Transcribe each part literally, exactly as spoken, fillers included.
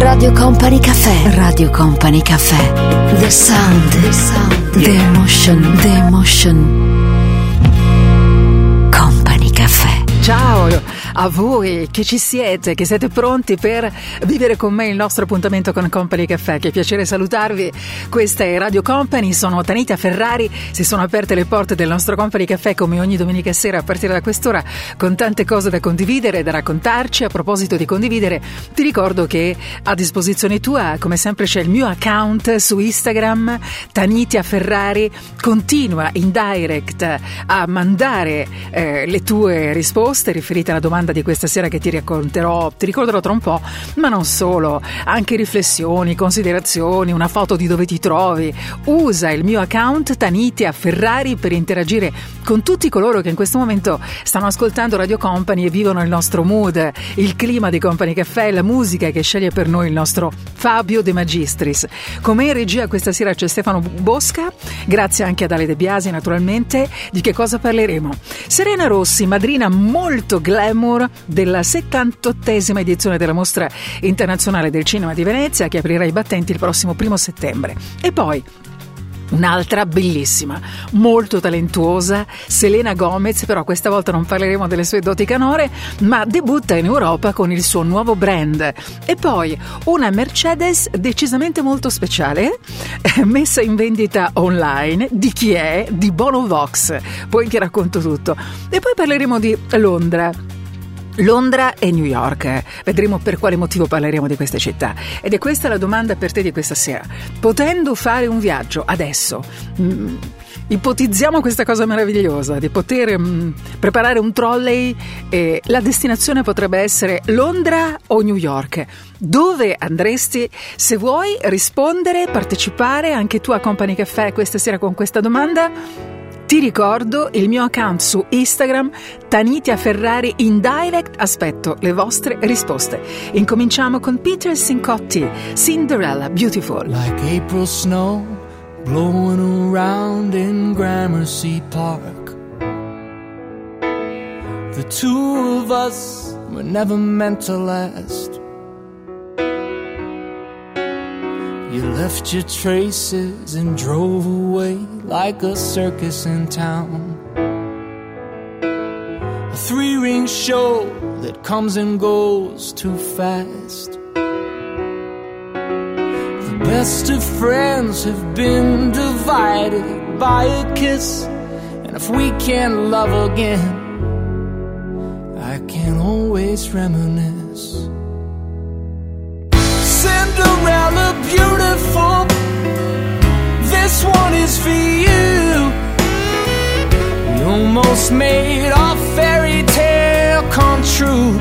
Radio Company Cafè. Radio Company Cafè. The sound. The sound. The emotion. The emotion. Company Cafè. Ciao a voi che ci siete, che siete pronti per vivere con me il nostro appuntamento con Company Cafè. Che piacere salutarvi. Questa è Radio Company, sono Tanita Ferrari. Si sono aperte le porte del nostro Company Cafè come ogni domenica sera a partire da quest'ora, con tante cose da condividere, da raccontarci. A proposito di condividere, ti ricordo che a disposizione tua, come sempre, c'è il mio account su Instagram, Tanita Ferrari. Continua in direct a mandare eh, le tue risposte riferite alla domanda di questa sera che ti racconterò, ti ricorderò tra un po', ma non solo, anche riflessioni, considerazioni, una foto di dove ti trovi. Usa il mio account Tanita Ferrari per interagire con tutti coloro che in questo momento stanno ascoltando Radio Company e vivono il nostro mood, il clima di Company Cafè, la musica che sceglie per noi il nostro Fabio De Magistris. Come in regia questa sera c'è Stefano Bosca, grazie anche ad Ale De Biasi naturalmente. Di che cosa parleremo? Serena Rossi, madrina molto glamour della settantottesima edizione della Mostra Internazionale del Cinema di Venezia, che aprirà i battenti il prossimo primo settembre. E poi un'altra bellissima, molto talentuosa, Selena Gomez, però questa volta non parleremo delle sue doti canore, ma debutta in Europa con il suo nuovo brand. E poi una Mercedes decisamente molto speciale, messa in vendita online. Di chi è? Di Bono Vox. Poi ti racconto tutto. E poi parleremo di Londra. Londra e New York. Vedremo per quale motivo parleremo di queste città. Ed è questa la domanda per te di questa sera. Potendo fare un viaggio adesso, mh, ipotizziamo questa cosa meravigliosa di poter mh, preparare un trolley e la destinazione potrebbe essere Londra o New York. Dove andresti? Se vuoi rispondere, partecipare anche tu a Company Cafè questa sera con questa domanda, ti ricordo il mio account su Instagram, Tanita Ferrari in direct. Aspetto le vostre risposte. Incominciamo con Peter Sincotti, Cinderella, Beautiful. Like April snow blowing around in Gramercy Park, the two of us were never meant to last. You left your traces and drove away like a circus in town. A three-ring show that comes and goes too fast. The best of friends have been divided by a kiss, and if we can't love again, I can always reminisce. Cinderella, beautiful, this one is for you. We almost made our fairy tale come true.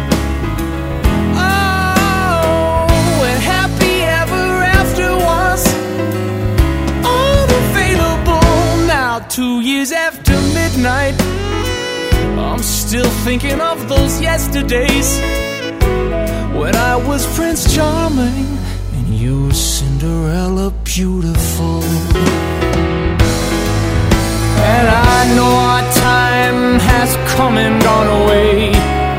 Oh, and happy ever after was unavailable now. Two years after midnight, I'm still thinking of those yesterdays when I was Prince Charming and you were Cinderella, beautiful. And I know our time has come and gone away,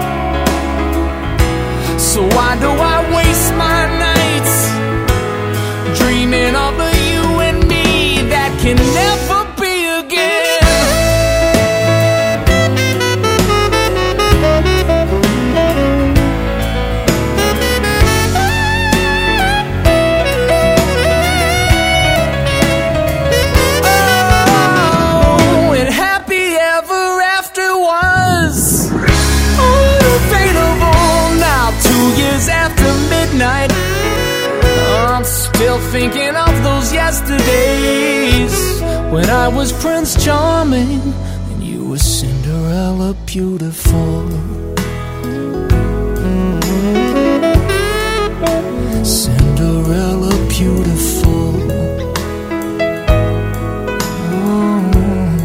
so why do I waste my nights dreaming of a you and me that can never be again? I'm still thinking of those yesterdays when I was Prince Charming and you were Cinderella, beautiful. Mm-hmm. Cinderella, beautiful. Mm-hmm.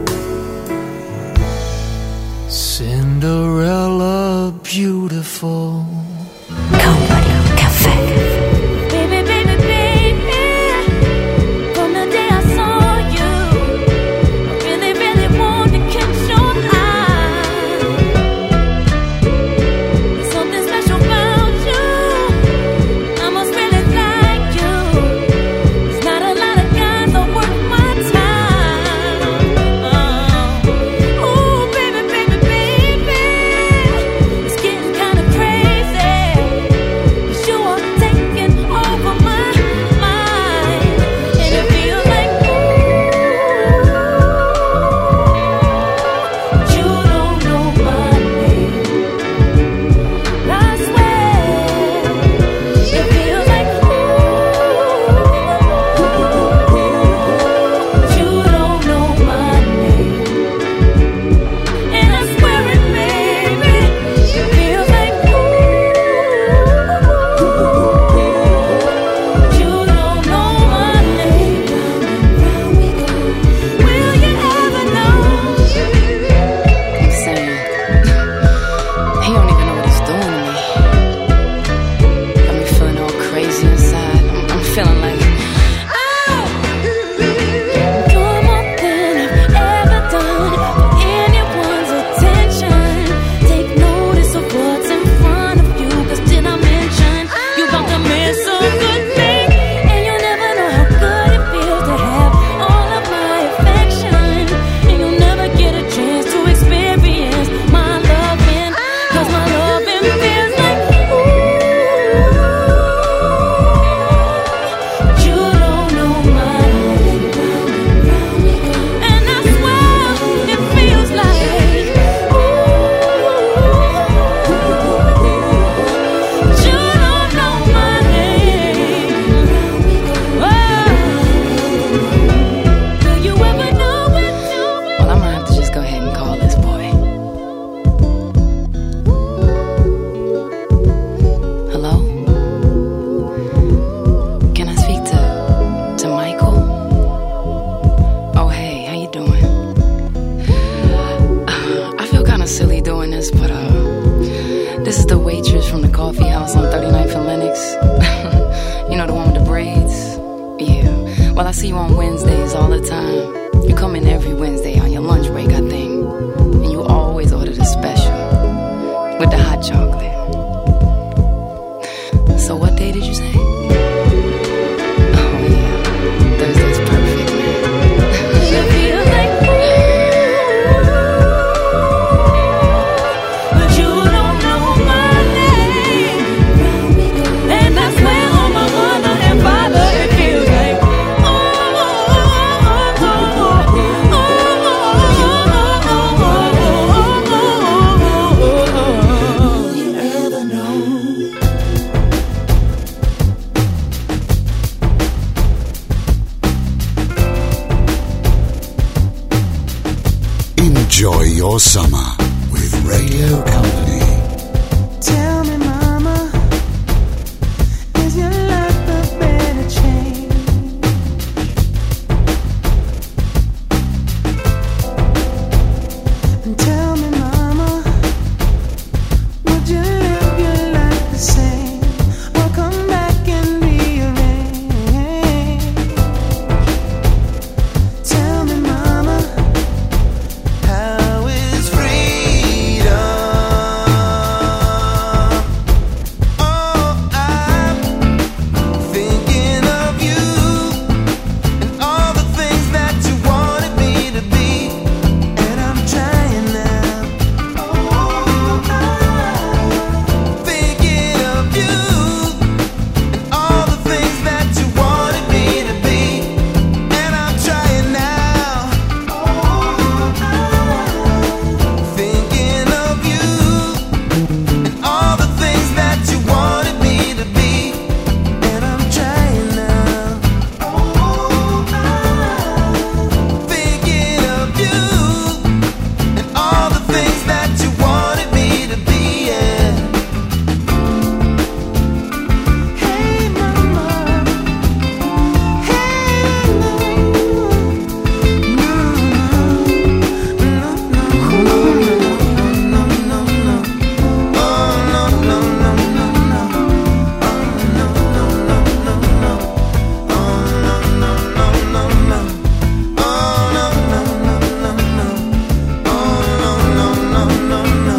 Cinderella, beautiful. Company Café. Baby, baby, baby, from the day I saw you, I really, really want to catch your eye. Well, I see you on Wednesdays all the time. You come in every Wednesday on your lunch break, I think. And you always order the special with the hot chocolate. So what day did you say? Oh, yeah. Thursday's perfect, man. You feel like but you don't know my name. And I swear on my mother and father, it feels like Enjoy your summer with Radio Company. Tell me, mama, is your life a better change? And tell me, mama, would you live your life the same or come back and rearrange? Tell me, mama, how is freedom? Oh, I'm thinking of you and all the things that you wanted me to be, and I'm trying now. Oh, I'm thinking of you and all the things that you wanted me to be, and I'm trying now. Oh, I'm thinking of you and all the things that you wanted me to be, and I'm trying now. Oh, I'm thinking of you and all the things that you wanted me to be, yeah. Hey, mama. Hey, no. No, no, no, no, no, no. Oh, no, no, no, no, no. Oh, no, no, no, no, no. Oh, no, no, no, no, no. Oh, no, no, no, no, no. Oh, no, no, no, no, no.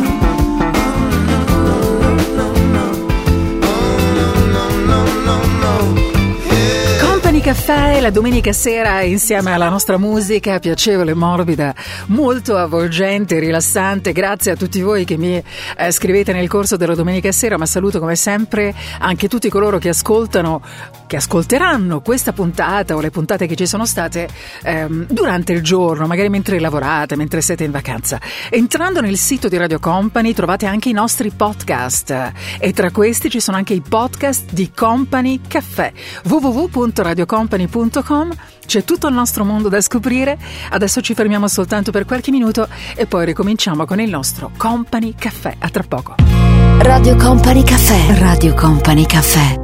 Company Caffè la domenica sera insieme alla nostra musica piacevole, morbida, molto avvolgente, rilassante. Grazie a tutti voi che mi eh, scrivete nel corso della domenica sera, ma saluto come sempre anche tutti coloro che ascoltano, che ascolteranno questa puntata o le puntate che ci sono state ehm, durante il giorno, magari mentre lavorate, mentre siete in vacanza. Entrando nel sito di Radio Company trovate anche i nostri podcast e tra questi ci sono anche i podcast di Company Caffè. w w w punto radio company punto com. C'è tutto il nostro mondo da scoprire. Adesso ci fermiamo soltanto per qualche minuto e poi ricominciamo con il nostro Company Caffè. A tra poco. Radio Company Caffè. Radio Company Caffè.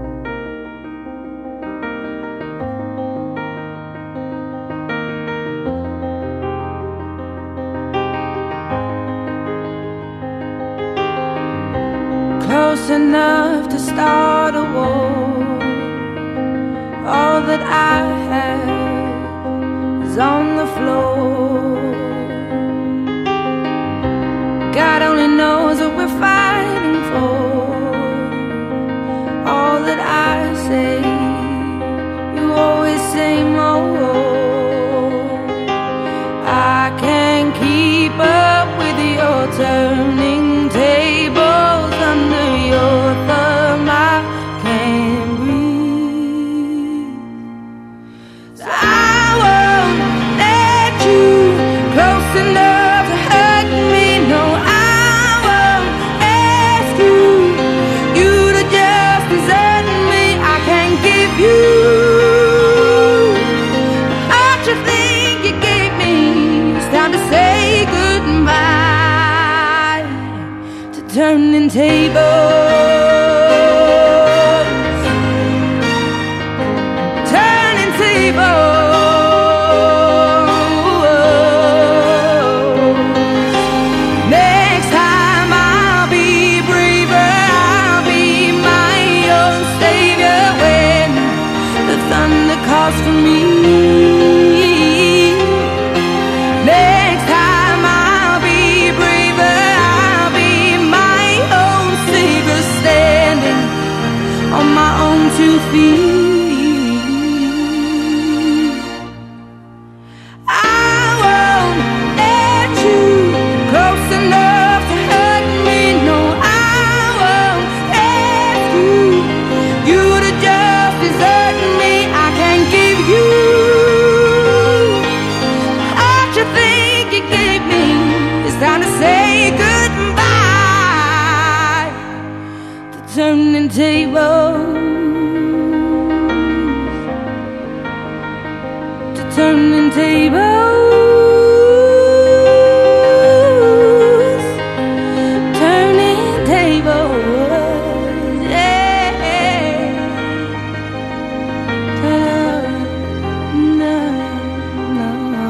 Close enough to start a war. All that I have is on the floor. God only knows what we're fighting for. All that I say, you always say more. I can't keep up with your turning tables under your thumb. I can't on my own two feet. Turning tables, to turning tables, turning tables, yeah. No, no, no.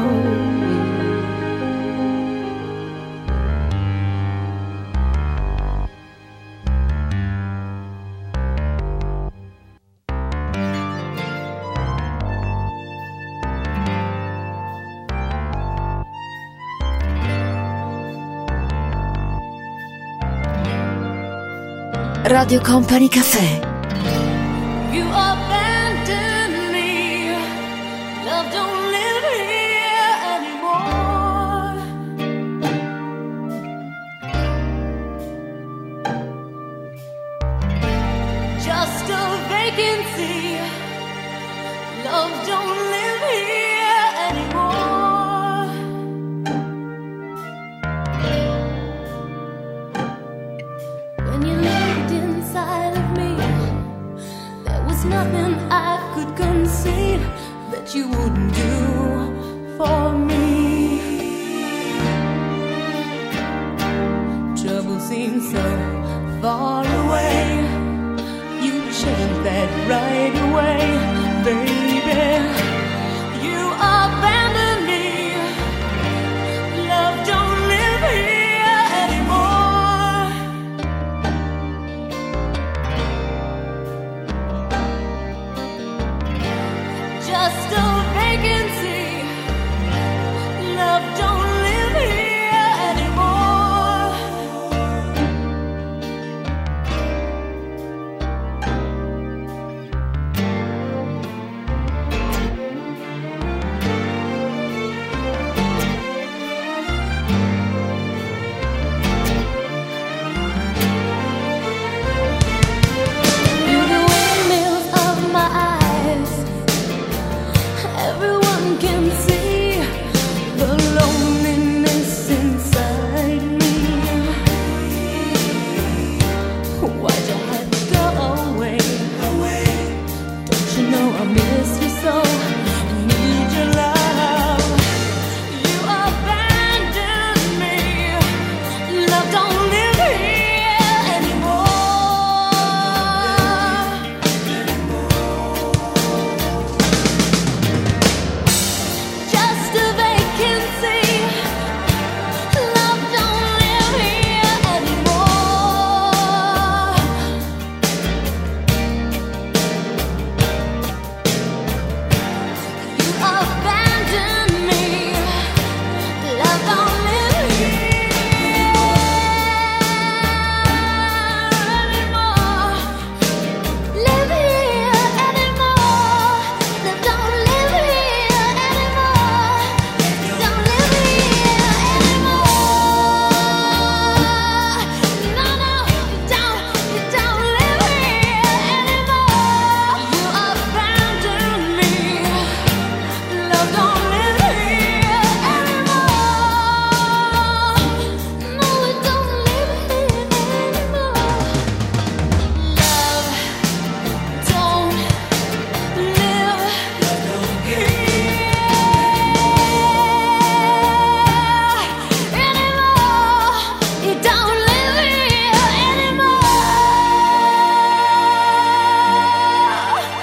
Radio Company Café. You abandoned me. Love don't live here anymore. Just a vacancy. Love don't live here anymore. When you lived inside of me, there was nothing I could conceive that you wouldn't do for me. Trouble seems so far away. You changed that right away, baby. You abandoned me. Love don't live here anymore. Just a vacancy. Love don't live here anymore. You're the windmills of my eyes. Everyone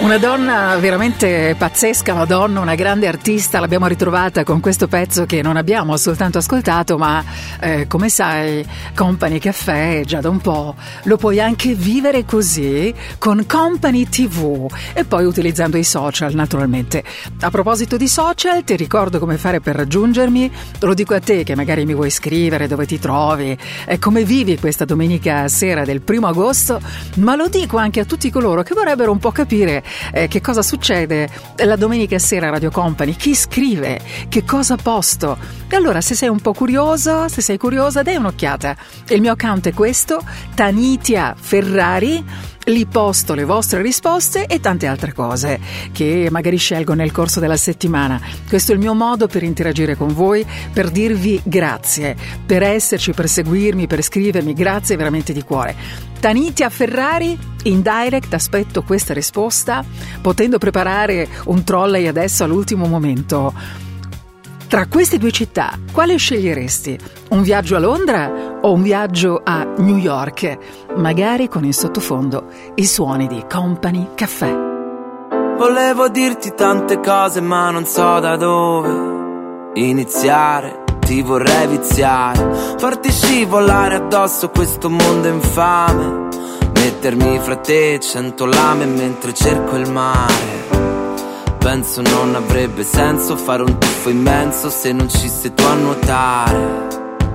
Una donna veramente pazzesca, Madonna, una grande artista, l'abbiamo ritrovata con questo pezzo che non abbiamo soltanto ascoltato, ma eh, come sai Company Café già da un po' lo puoi anche vivere così con Company tivù e poi utilizzando i social naturalmente. A proposito di social, ti ricordo come fare per raggiungermi, lo dico a te che magari mi vuoi scrivere dove ti trovi, eh, come vivi questa domenica sera del primo agosto, ma lo dico anche a tutti coloro che vorrebbero un po' capire Eh, che cosa succede la domenica sera a Radio Company, chi scrive, che cosa posto. E allora se sei un po' curioso, se sei curiosa, dai un'occhiata. Il mio account è questo, Tanitia Ferrari, lì posto le vostre risposte e tante altre cose che magari scelgo nel corso della settimana. Questo è il mio modo per interagire con voi, per dirvi grazie, per esserci, per seguirmi, per scrivermi, grazie veramente di cuore. Tanitia Ferrari, in direct aspetto questa risposta, potendo preparare un trolley adesso all'ultimo momento. Tra queste due città, quale sceglieresti? Un viaggio a Londra o un viaggio a New York? Magari con in sottofondo i suoni di Company Café. Volevo dirti tante cose ma non so da dove iniziare. Ti vorrei viziare, farti scivolare addosso questo mondo infame, mettermi fra te cento lame mentre cerco il mare. Penso non avrebbe senso fare un tuffo immenso se non ci sei tu a nuotare.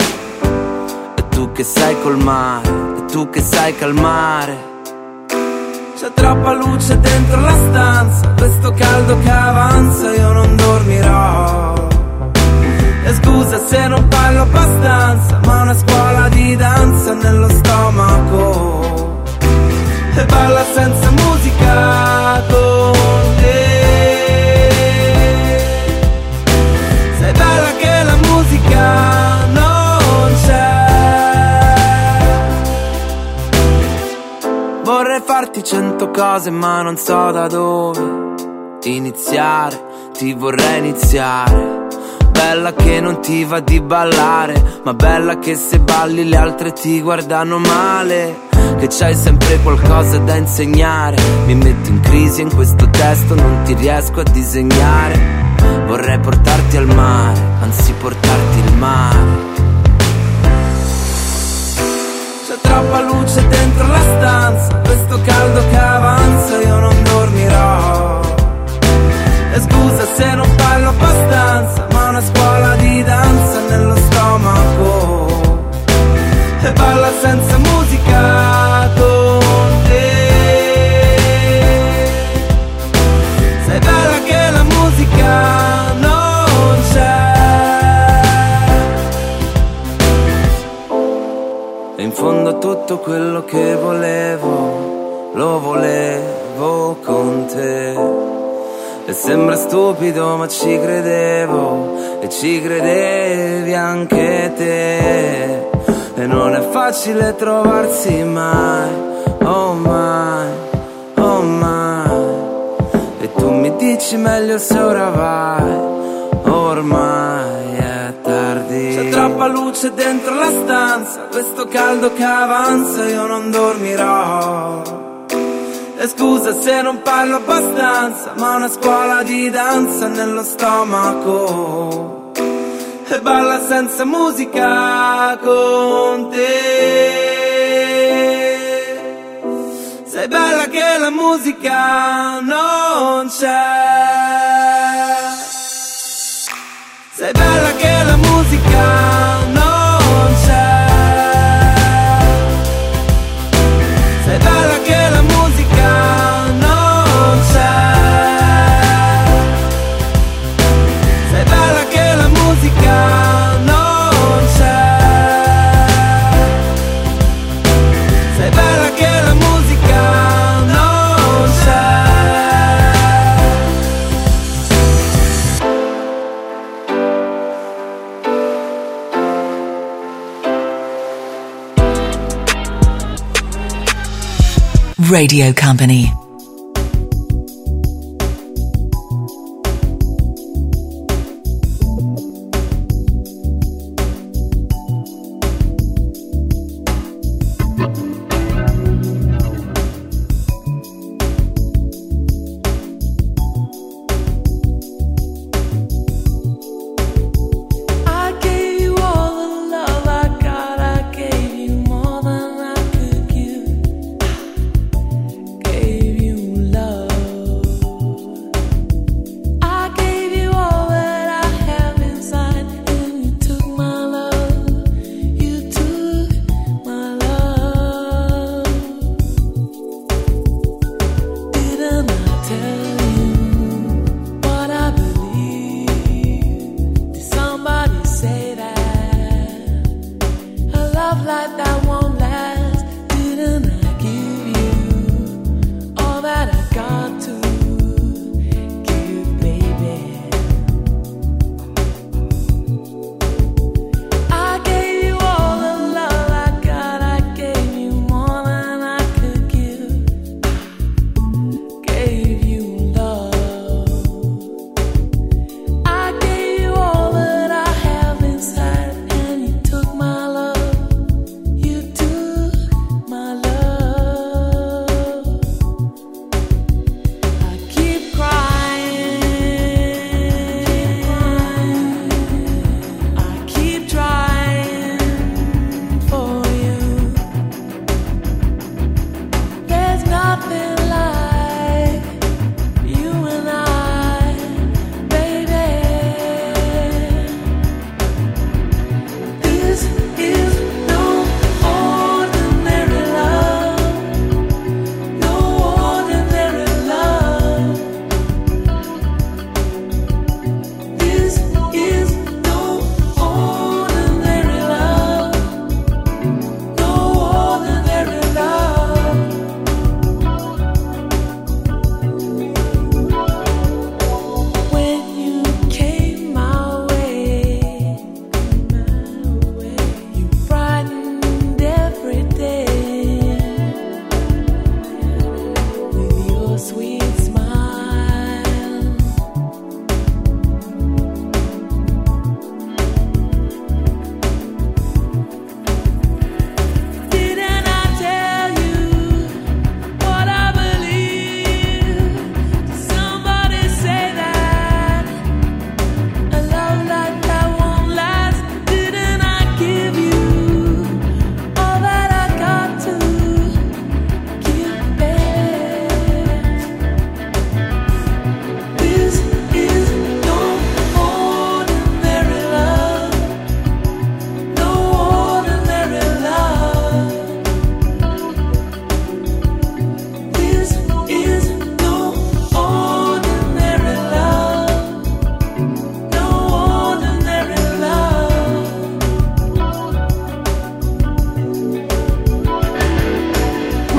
E tu che sai col mare, e tu che sai calmare. C'è troppa luce dentro la stanza, questo caldo che avanza, io non dormirò. E scusa se non parlo abbastanza, ma una scuola di danza nello stomaco. E balla senza musica con te. Sei bella che la musica non c'è. Vorrei farti cento cose ma non so da dove iniziare, ti vorrei iniziare. Bella che non ti va di ballare, ma bella che se balli le altre ti guardano male. Che c'hai sempre qualcosa da insegnare. Mi metto in crisi in questo testo, non ti riesco a disegnare. Vorrei portarti al mare, anzi portarti il mare. C'è troppa luce dentro la stanza, questo caldo che avanza, io non dormirò. E scusa se non parlo abbastanza, ma una scuola di danza nello stomaco. E balla senza musica con te. Sei bella che la musica non c'è. E in fondo tutto quello che volevo, lo volevo con te. E sembra stupido ma ci credevo, e ci credevi anche te. E non è facile trovarsi mai, oh mai, oh mai. E tu mi dici meglio se ora vai, ormai è tardi. C'è troppa luce dentro la stanza, questo caldo che avanza, io non dormirò. E scusa se non parlo abbastanza, ma una scuola di danza nello stomaco. E balla senza musica con te. Sei bella che la musica non c'è. Sei bella che la musica non c'è. Sei bella che la musica non c'è. Sei bella che la musica non c'è. Sei bella che la musica non c'è. Radio Company.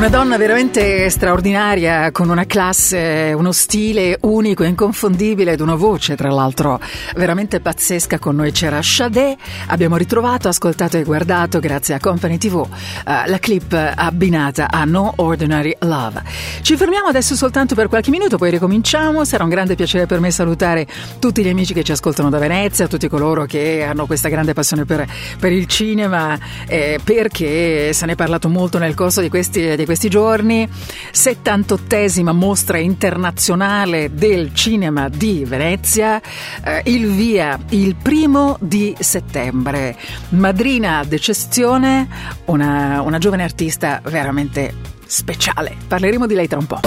donna veramente straordinaria, con una classe, uno stile unico, inconfondibile ed una voce tra l'altro veramente pazzesca. Con noi c'era Sade, abbiamo ritrovato, ascoltato e guardato grazie a Company tivù uh, la clip abbinata a No Ordinary Love. Ci fermiamo adesso soltanto per qualche minuto, poi ricominciamo. Sarà un grande piacere per me salutare tutti gli amici che ci ascoltano da Venezia, tutti coloro che hanno questa grande passione per, per il cinema, eh, perché se ne è parlato molto nel corso di questi, di questi giorni. settantottesima mostra internazionale del cinema di Venezia, eh, il via il primo di settembre. Madrina d'eccezione, una, una giovane artista veramente speciale. Parleremo di lei tra un po'.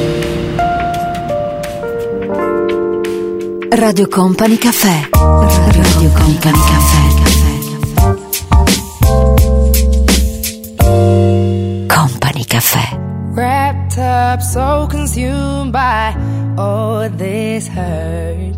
Radio Company Cafè. Radio Company Cafè. Company Cafè. Wrapped up, so consumed by all this hurt.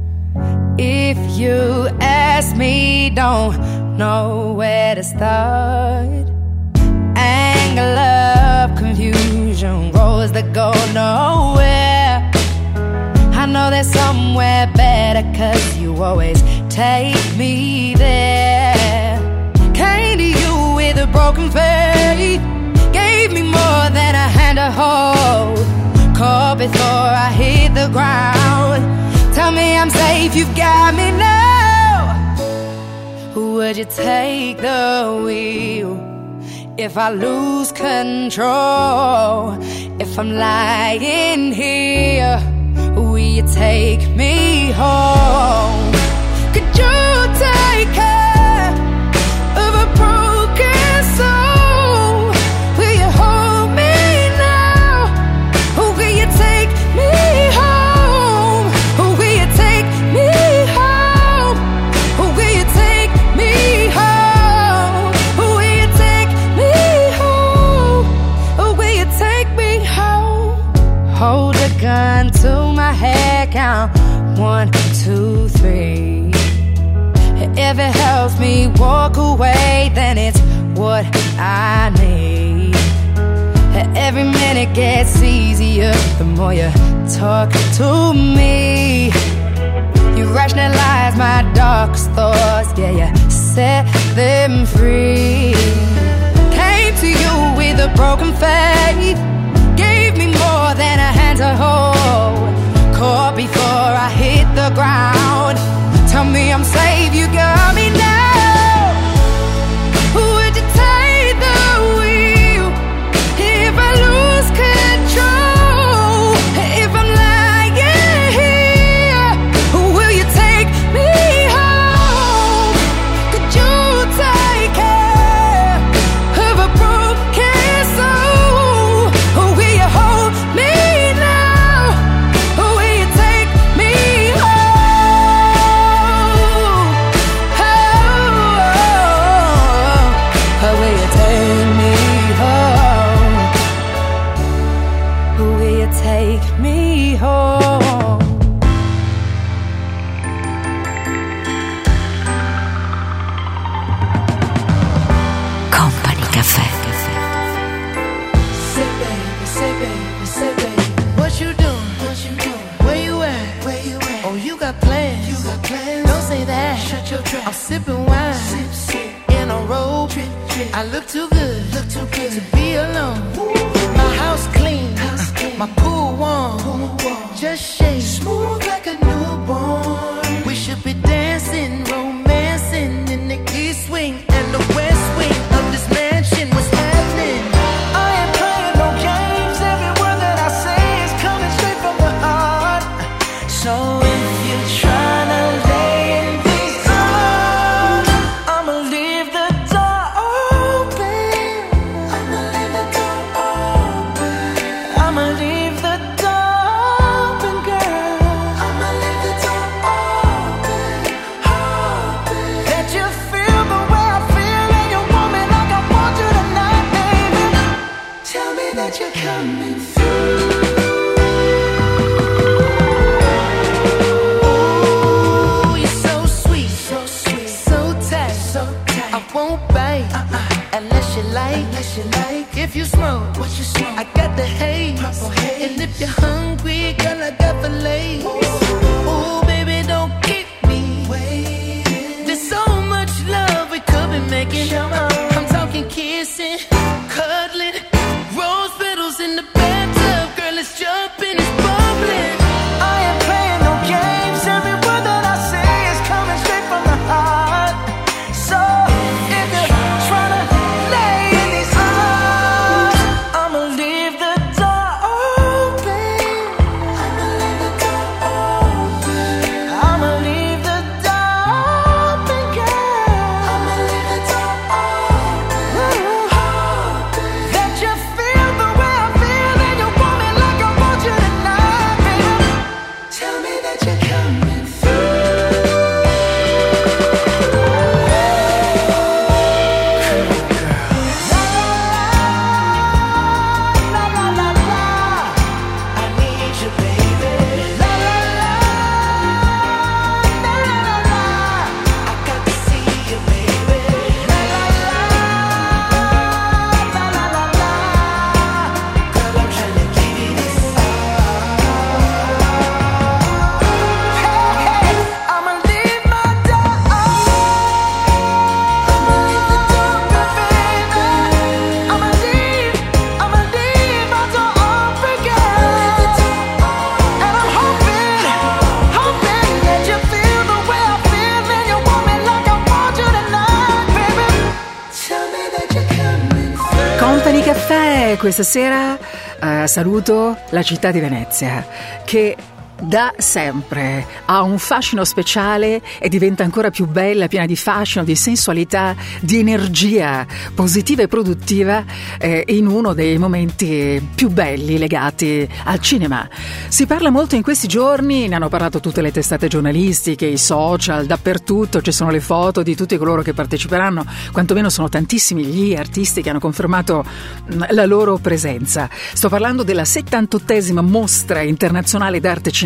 If you ask me, don't know where to start. Anger, love, confusion, roads that go nowhere. I know there's somewhere better, 'cause you always take me there. Came to you with a broken faith, gave me more than a hand to hold. Caught before I hit the ground. Tell me I'm safe, you've got me now. Would you take the wheel if I lose control? If I'm lying here, will you take me home? Could you take care of a broken soul? Will you hold me now? Or will you take me home? Or will you take me home? Or will you take me home? Or will you take me home? Or will you take me home? Hold a gun to my head, count one, two, three. If it helps me walk away, then it's what I need. Every minute gets easier the more you talk to me. You rationalize my darkest thoughts, yeah, you set them free. Came to you with a broken faith, gave me more than a hand to hold. Caught before I hit the ground. Tell me I'm safe, you got me now. Would you take the wheel if I lose control? If I'm lying here, will you take me home? Could you take care of a broken soul? Or will you hold me now? Or will you take me home? Or will you take me home? Or will you take me home? Company Cafè. Say baby, say baby, say baby, what you doing? What you doing? Where you at? Where you at? Oh, you got plans? You got plans? Don't say that. Shut your trap. I'm sipping wine, sip, sip. In a robe. Trip, trip. I look too good, look too good to be alone. Ooh. My house clean, house clean. My pool warm, pool warm. Just shake smooth like a newborn. We should be dancing, romancing in the east wing and the west wing of this mansion. What's happening? I ain't playing no games. Every word that I say is coming straight from the heart. So if you're trying to lay in these arms, I'ma leave the door open. I'ma leave the door open. I'ma leave the door open, girl. if you're hungry, girl, I got fillets. Ooh, baby, don't keep me waiting. There's so much love we could be making. I'm talking kissing, cuddling, rose petals in the bathtub. Girl, let's jump in, it's bubbling. I ain't playing no games. Every word that I say is coming straight from the heart. So if you're trying to lay in these arms, I'ma leave the door open. I'ma leave the door open. I'ma leave the door open, girl. I'ma leave the door open. That you feel the way I feel and you want me like I want you tonight, baby. Tell me that you're coming through. La la la la, I need you, baby. La la la, la la la la, I got to see you, baby. La la la, la la la la, girl, I'm trying to give you this. Hey, hey, I'ma leave my door open. I'ma leave the door open, baby. I'ma leave, I'ma leave my door open, girl. And I'm hoping, hoping that you feel the way I feel and you want me like I want you tonight, baby. Tell me that you're coming through. Company Caffè, questa sera eh, saluto la città di Venezia, che da sempre ha un fascino speciale e diventa ancora più bella, piena di fascino, di sensualità, di energia positiva e produttiva eh, in uno dei momenti più belli legati al cinema. Si parla molto in questi giorni, ne hanno parlato tutte le testate giornalistiche, i social, dappertutto ci sono le foto di tutti coloro che parteciperanno, quantomeno sono tantissimi gli artisti che hanno confermato mh, la loro presenza. Sto parlando della settantottesima mostra internazionale d'arte cinematografica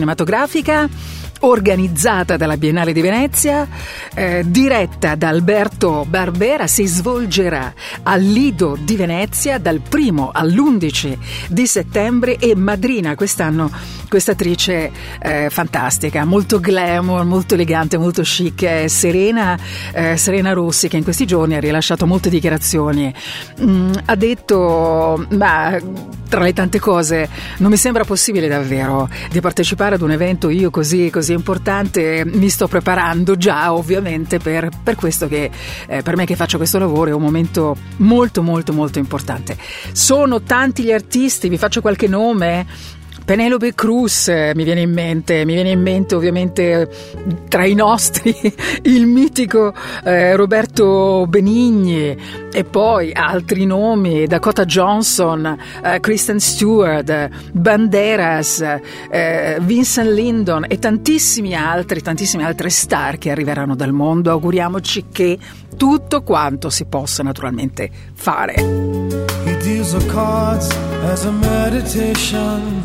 organizzata dalla Biennale di Venezia, eh, diretta da Alberto Barbera. Si svolgerà al Lido di Venezia dal primo all'undici di settembre e madrina quest'anno questa attrice eh, fantastica, molto glamour, molto elegante, molto chic, è Serena, eh, Serena Rossi, che in questi giorni ha rilasciato molte dichiarazioni. Mm, ha detto, ma tra le tante cose, non mi sembra possibile davvero di partecipare ad un evento io così così importante, mi sto preparando già ovviamente per, per questo che eh, per me che faccio questo lavoro è un momento molto molto molto importante. Sono tanti gli artisti, vi faccio qualche nome. Penelope Cruz eh, mi viene in mente, mi viene in mente ovviamente tra i nostri il mitico eh, Roberto Benigni, e poi altri nomi, Dakota Johnson, eh, Kristen Stewart, Banderas, eh, Vincent Lindon e tantissimi altri, tantissime altre star che arriveranno dal mondo. Auguriamoci che tutto quanto si possa naturalmente fare. He deals the cards as a meditation.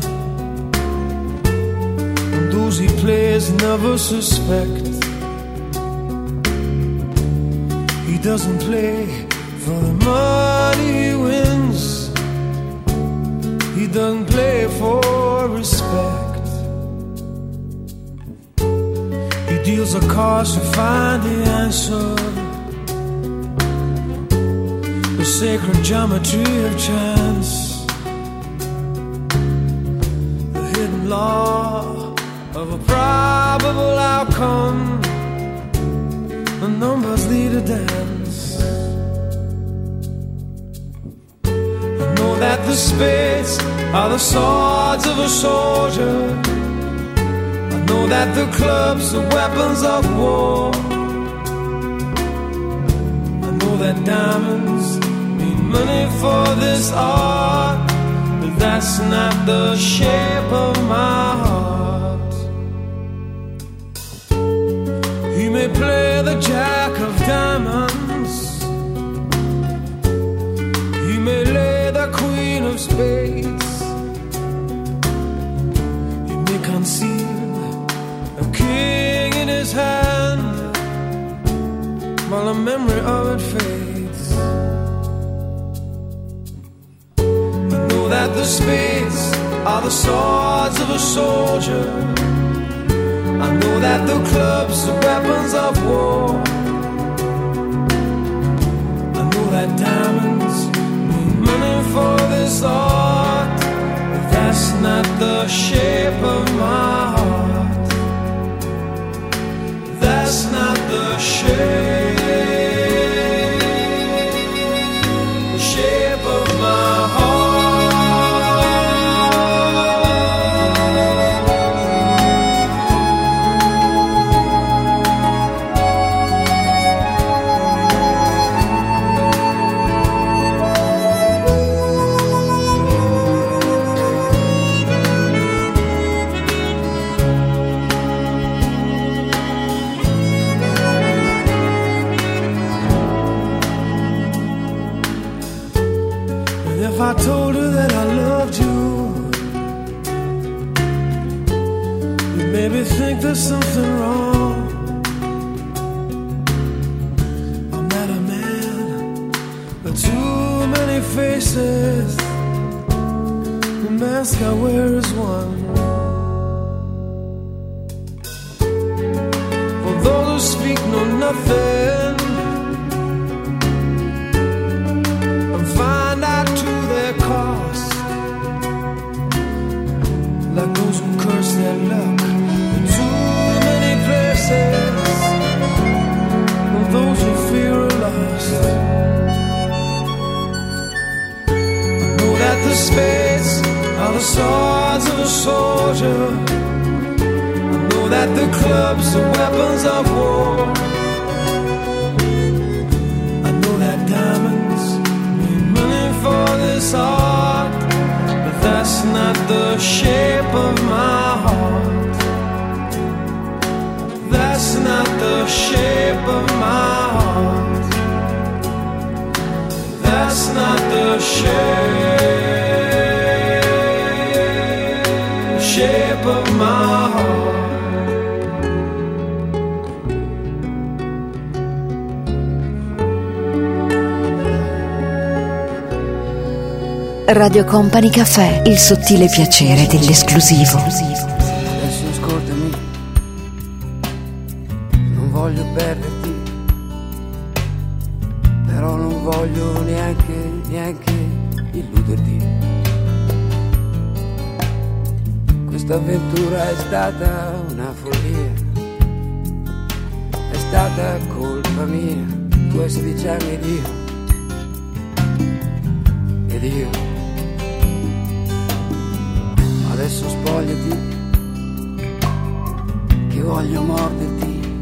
And those he plays never suspect. He doesn't play for the money he wins. He doesn't play for respect. He deals the cards to find the answer. The sacred geometry of chance, the hidden law of a probable outcome. The numbers lead a dance. I know that the spades are the swords of a soldier. I know that the clubs are weapons of war. I know that diamonds money for this art, but that's not the shape of my heart. He may play the jack of diamonds, he may lay the queen of spades, he may conceal a king in his hand while the memory of it fades. That the spades are the swords of a soldier. I know that the clubs are weapons of war. I know that diamonds need money for this art, but that's not the shape of my heart. That's not the shape, the shape of my heart. If I told her that I loved you, you maybe think there's something wrong. I'm not a man, but too many faces. The mask I wear is one. For those who speak know nothing and find out to their cost, like those who curse their luck in too many places, or those who fear are lost. I know that the spades are the swords of a soldier. I know that the clubs are weapons of war. I know that diamonds for this art, but that's not the shape of my heart. That's not the shape of my heart. That's not the shape, shape of my heart. Radio Company Cafè, il sottile piacere dell'esclusivo. Adesso ascoltami, non voglio perderti, però non voglio neanche, neanche illuderti. Questa avventura è stata una follia, è stata colpa mia. Tu hai sedici anni ed io, ed io. Adesso spogliati, che voglio morderti,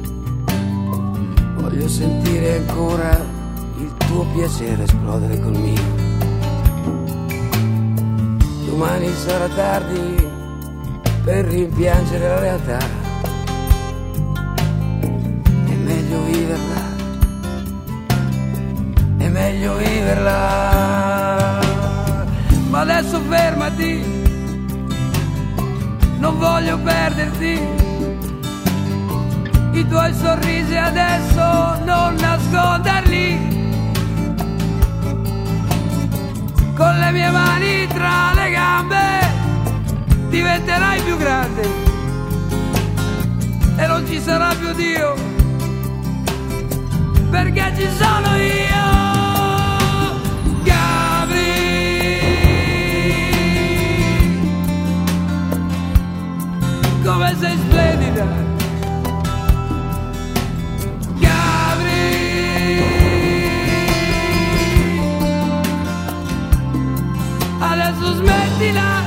voglio sentire ancora il tuo piacere esplodere col mio. Domani sarà tardi per rimpiangere la realtà, è meglio viverla, è meglio viverla. Ma adesso fermati, non voglio perderti, i tuoi sorrisi adesso non nasconderli. Con le mie mani tra le gambe diventerai più grande e non ci sarà più Dio, perché ci sono io. Come sei splendida, Gabri. Adesso smettila.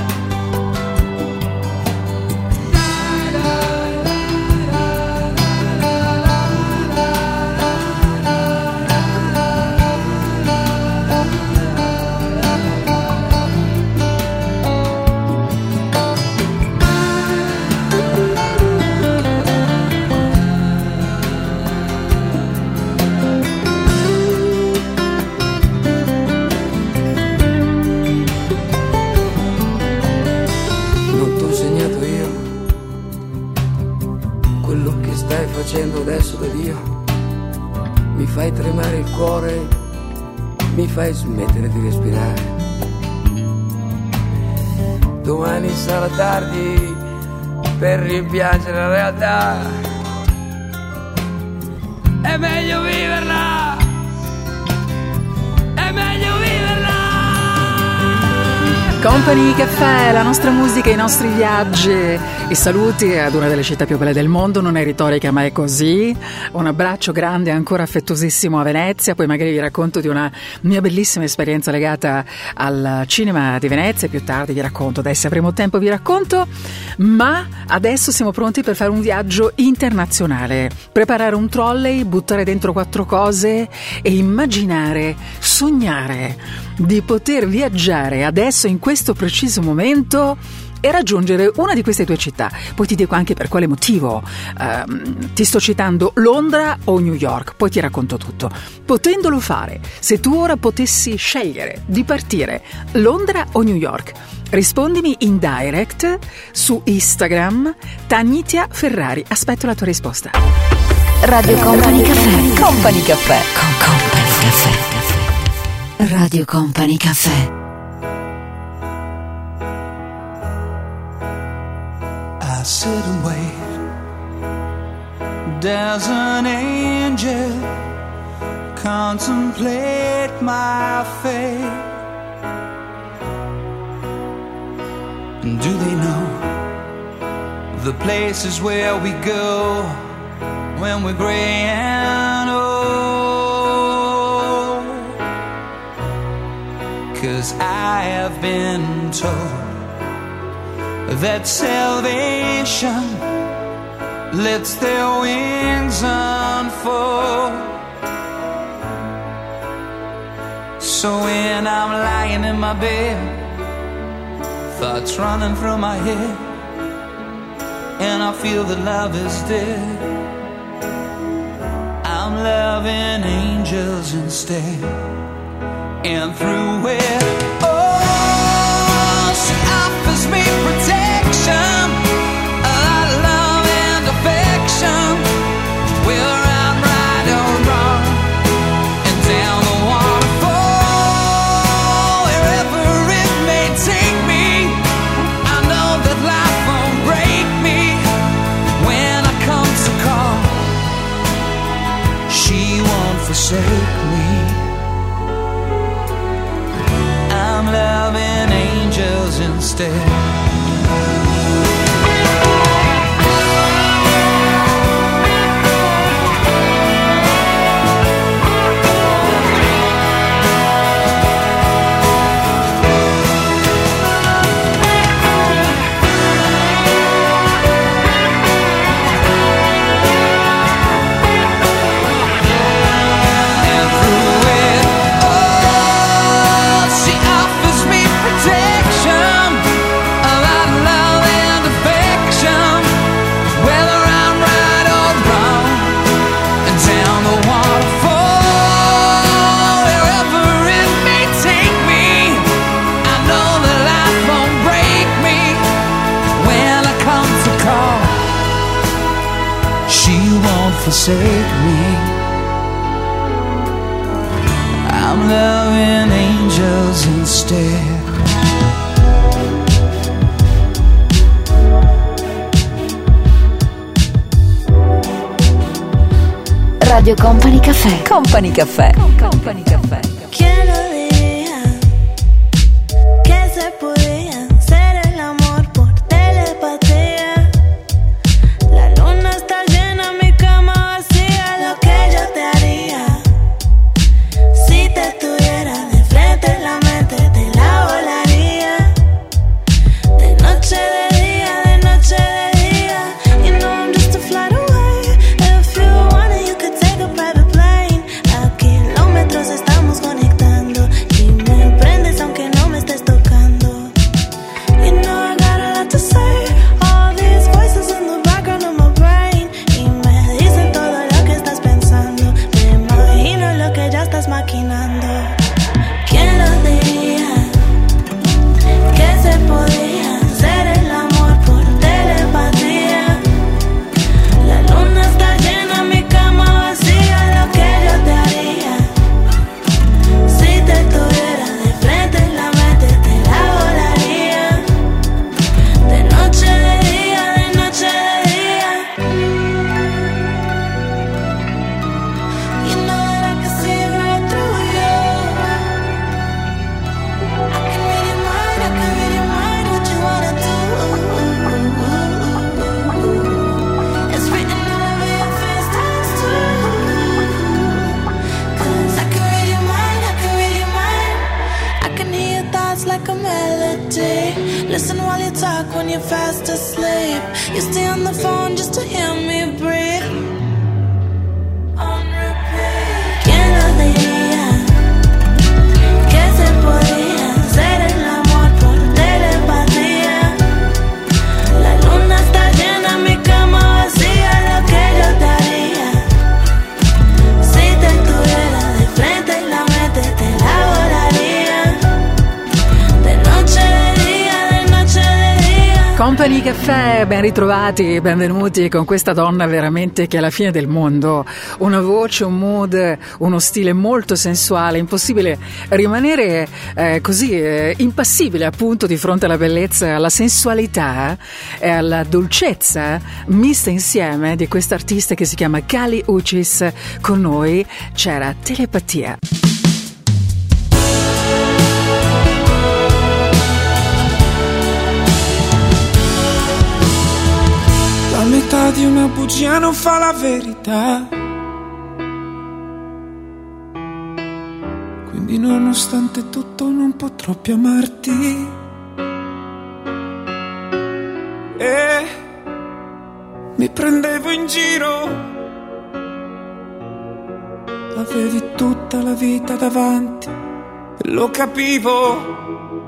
Facendo adesso da Dio, mi fai tremare il cuore, mi fai smettere di respirare. domani sarà tardi per rimpiangere la realtà. È meglio viverla, è meglio viverla. Company Caffè, la nostra musica, i nostri viaggi. I saluti ad una delle città più belle del mondo, non è retorica ma è così. Un abbraccio grande, ancora affettuosissimo a Venezia. Poi magari vi racconto di una mia bellissima esperienza legata al cinema di Venezia. Più tardi vi racconto, adesso avremo tempo vi racconto. Ma adesso siamo pronti per fare un viaggio internazionale. Preparare un trolley, buttare dentro quattro cose e immaginare, sognare di poter viaggiare adesso in questo preciso momento e raggiungere una di queste due città. Poi ti dico anche per quale motivo. Um, ti sto citando Londra o New York, poi ti racconto tutto. Potendolo fare, se tu ora potessi scegliere di partire Londra o New York, rispondimi in direct su Instagram Tanitia Ferrari. Aspetto la tua risposta. Radio Company Caffè. Company Caffè. Con Company Caffè. Radio Company Caffè. I sit and wait. There's an angel contemplate my fate. And do they know the places where we go when we're gray and old? 'Cause I have been told that salvation lets their wings unfold. So when I'm lying in my bed, thoughts running through my head, and I feel that love is dead, I'm loving angels instead. And through it all, she offers me protection, a lot of love and affection, whether I'm right or wrong, and down the waterfall, wherever it may take me, I know that life won't break me when I come to call. She won't forsake me. I'm loving angels instead. Forsake me. I'm loving angels instead. Radio Company Caffè. Company Caffè. Company Caffè. ¿Quién lo diría que se podía hacer el amor por telepatía? La luna está llena, mi cama vacía, lo que yo te haría si te tuviera de frente, la mente te la volaría. De noche, de día, de noche, de día. You know I'm just a flight away. If you want it, you could take a private plane. A kilómetros estamos con to sleep. You stay on the phone just to hear me breathe. On repeat. ¿Quién lo diría? Que se podía hacer el amor por telepatía. La luna está llena, mi cama vacía, lo que yo te haría. Si te tuviera de frente y la mente te la volaría. De noche, de día, de noche, de día. Company Caffè, ben ritrovati, benvenuti con questa donna veramente che è la fine del mondo. Una voce, un mood, uno stile molto sensuale, impossibile rimanere eh, così eh, impassibile appunto di fronte alla bellezza, alla sensualità e alla dolcezza mista insieme di questa artista che si chiama Kali Uchis. Con noi c'era Telepatia. La metà di una bugia non fa la verità. Quindi nonostante tutto non potrò più amarti. E mi prendevo in giro. Avevi tutta la vita davanti e lo capivo.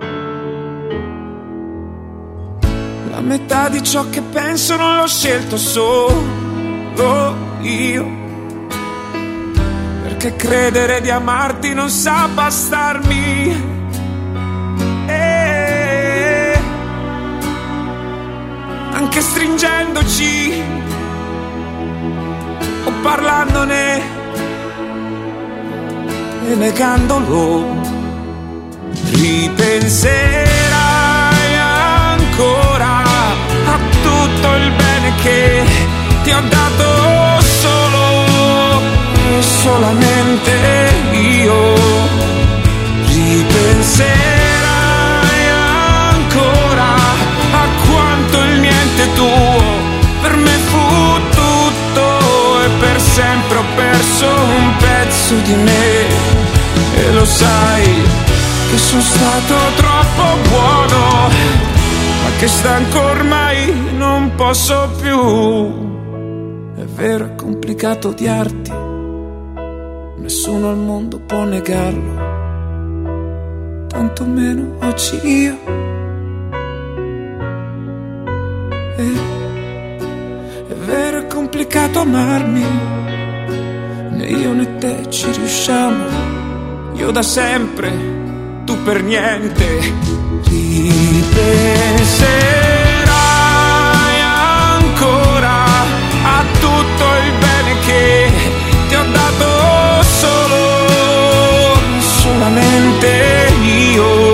La metà di ciò che penso non l'ho scelto solo io, perché credere di amarti non sa bastarmi. E anche stringendoci o parlandone e negandolo, ripenserai ancora a tutto il bene che ti ho dato solo e solamente io. Ripenserai ancora a quanto il niente tuo per me fu tutto e per sempre ho perso un pezzo di me. E lo sai che sono stato troppo buono, ma che stanco ormai non posso più. È vero, è complicato odiarti, nessuno al mondo può negarlo, tanto meno oggi io. E, è vero, è complicato amarmi, né io né te ci riusciamo, io da sempre, tu per niente. Ripenserai ancora a tutto il bene che ti ho dato solo, solamente io.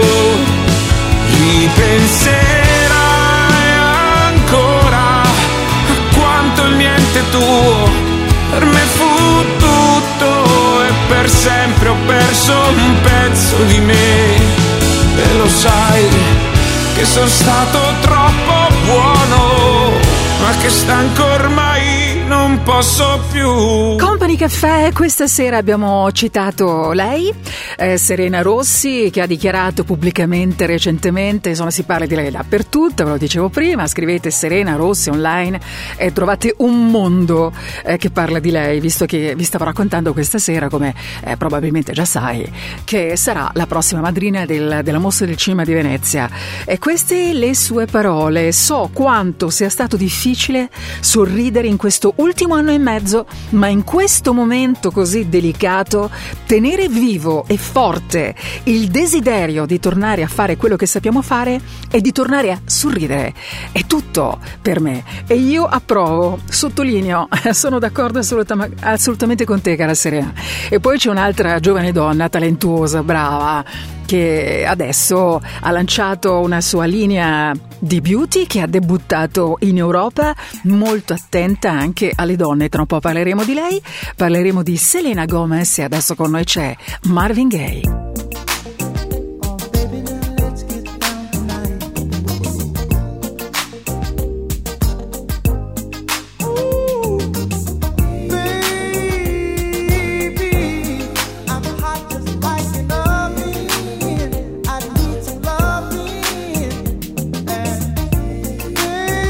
Ripenserai ancora a quanto il niente tuo per me fu tutto e per sempre ho perso un pezzo di me. E lo sai che sono stato troppo buono, ma che stanco ormai non posso più. Company Caffè, questa sera abbiamo citato lei, eh, Serena Rossi, che ha dichiarato pubblicamente recentemente, insomma si parla di lei dappertutto, ve lo dicevo prima, scrivete Serena Rossi online e trovate un mondo eh, che parla di lei, visto che vi stavo raccontando questa sera, come eh, probabilmente già sai, che sarà la prossima madrina del, della Mostra del Cinema di Venezia. E queste le sue parole: so quanto sia stato difficile sorridere in questo ultimo anno e mezzo, ma in questo momento così delicato tenere vivo e forte il desiderio di tornare a fare quello che sappiamo fare e di tornare a sorridere è tutto per me e io approvo, sottolineo, sono d'accordo assoluta, assolutamente con te, cara Serena. E poi c'è un'altra giovane donna talentuosa, brava, che adesso ha lanciato una sua linea di beauty che ha debuttato in Europa, molto attenta anche alle donne. Tra un po' parleremo di lei, parleremo di Selena Gomez e adesso con noi c'è Marvin Gaye. Baby,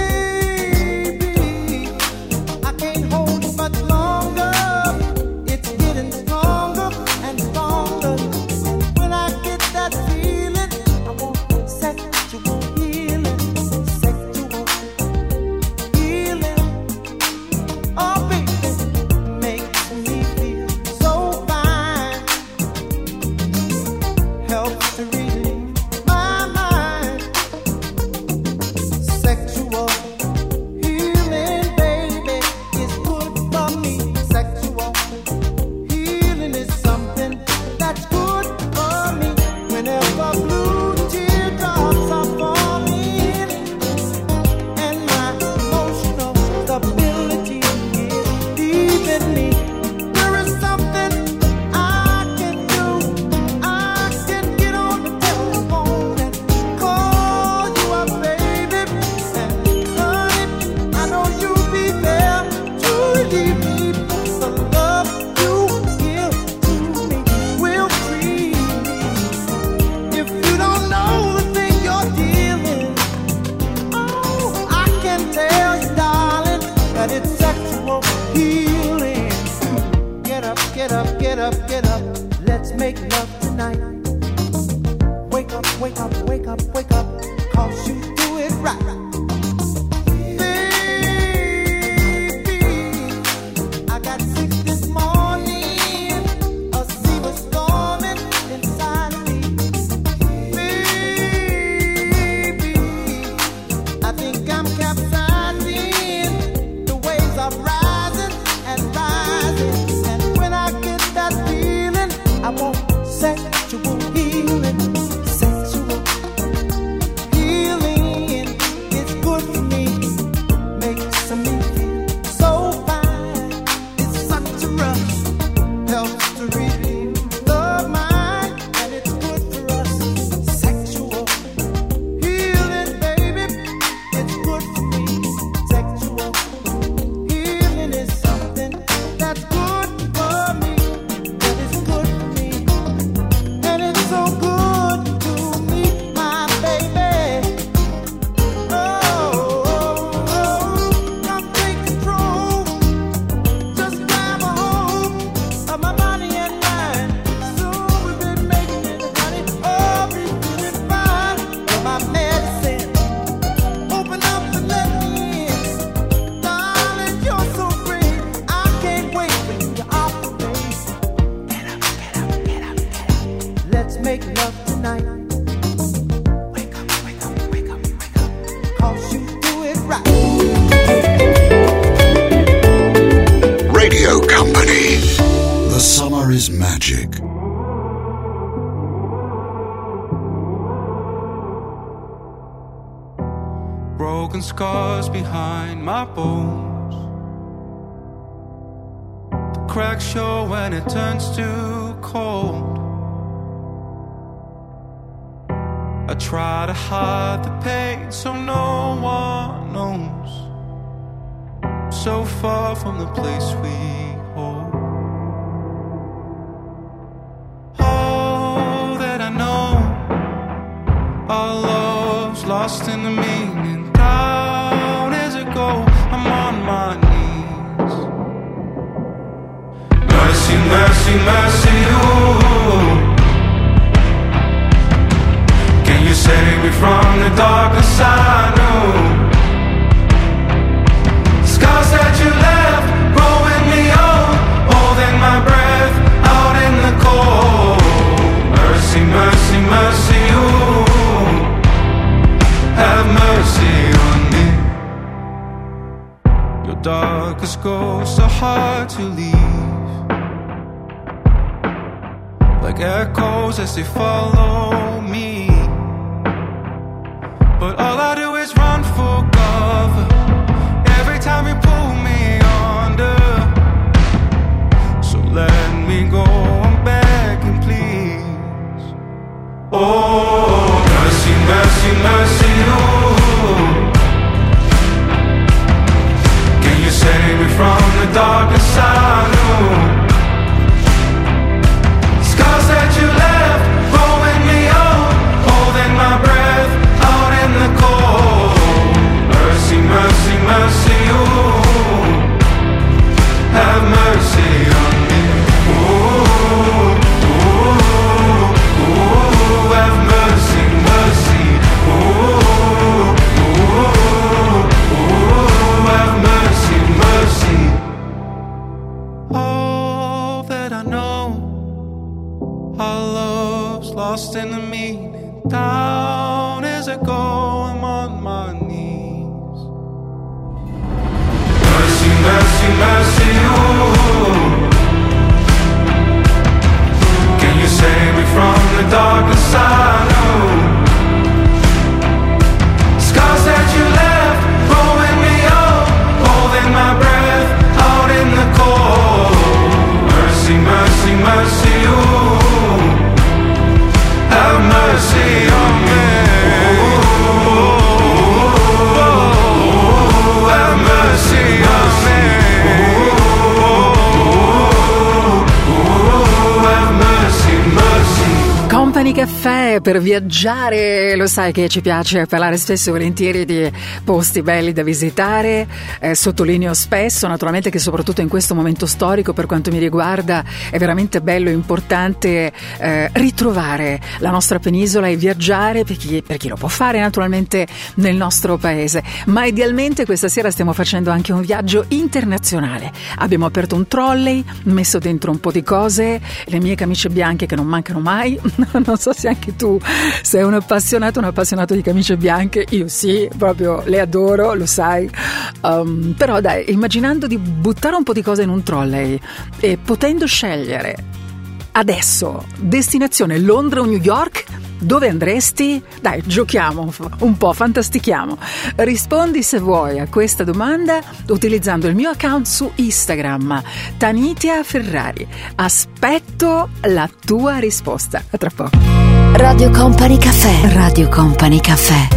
make love tonight. Wake up, wake up, wake up, wake up, 'cause you do it right. Sexual healing, sexual healing, it's good for me, makes me feel so fine. It's such a rush, helps to relieve the mind, and it's good for us. Sexual healing, baby, it's good for me. Sexual healing is something that's good for me. That is good for me. And it's so good to meet my baby. Oh, oh, oh, come take control. Just grab a hold of my body and mind. Soon we've been making it, honey. Oh, we feeling fine. You're my medicine. Open up and let me in. Darling, you're so great. I can't wait when you're off the base. Get up, get up, get up, get up. Let's make love tonight. Wake up, wake up, wake up, wake up, 'cause you do it right. Radio Company. The summer is magic. Broken scars behind my bones. The cracks show when it turns too cold. I try to hide the pain so no one knows. So far from the place we hold. Oh, that I know our love's lost in the meaning. Down as it go, I'm on my knees. Mercy, mercy, mercy, ooh. Can you save me from the darkness I know? Scars that you left, growing me old, holding my breath out in the cold. Mercy, mercy, mercy, ooh. Have mercy on me. Your darkest ghosts are hard to leave, like echoes as they follow me. But all I do is run for cover every time you pull me under. So let me go, I'm begging, please. Oh, mercy, mercy, mercy, ooh. Can you save me from the darkness I know? Scars that you left, growing me old, holding my breath out in the cold. Mercy, mercy, mercy, ooh. Have mercy on me. Ooh, ooh, ooh. Have mercy, mercy. Ooh, ooh, ooh. Have mercy, mercy. All that I know, our love's lost in the meaning. Down as I go, I'm on my knees. Mercy, mercy, mercy, ooh. Can you save me from the darkness I know? Scars that you left, growing me old, holding my breath out in the cold. Mercy, mercy, mercy, ooh. Have mercy on me. Ooh, ooh, ooh, have mercy on me. Ooh, ooh, ooh, have mercy, mercy. Company Caffè è per viaggiare, lo sai che ci piace parlare spesso e volentieri di posti belli da visitare, eh, sottolineo spesso naturalmente che soprattutto in questo momento storico per quanto mi riguarda è veramente bello e importante eh, ritrovare la nostra penisola e viaggiare per chi, per chi lo può fare naturalmente nel nostro paese, ma idealmente questa sera stiamo facendo anche un viaggio internazionale. Abbiamo aperto un trolley, messo dentro un po' di cose, le mie camicie bianche che non mancano mai. Non so se anche tu sei un appassionato, un appassionato di camicie bianche. Io sì, proprio le adoro, lo sai. Um, però dai, immaginando di buttare un po' di cose in un trolley e potendo scegliere adesso destinazione Londra o New York, dove andresti? Dai, giochiamo un po', fantastichiamo. Rispondi se vuoi a questa domanda utilizzando il mio account su Instagram, Tanitia Ferrari. Aspetto la tua risposta. A tra poco. Radio Company Cafè. Radio Company Cafè.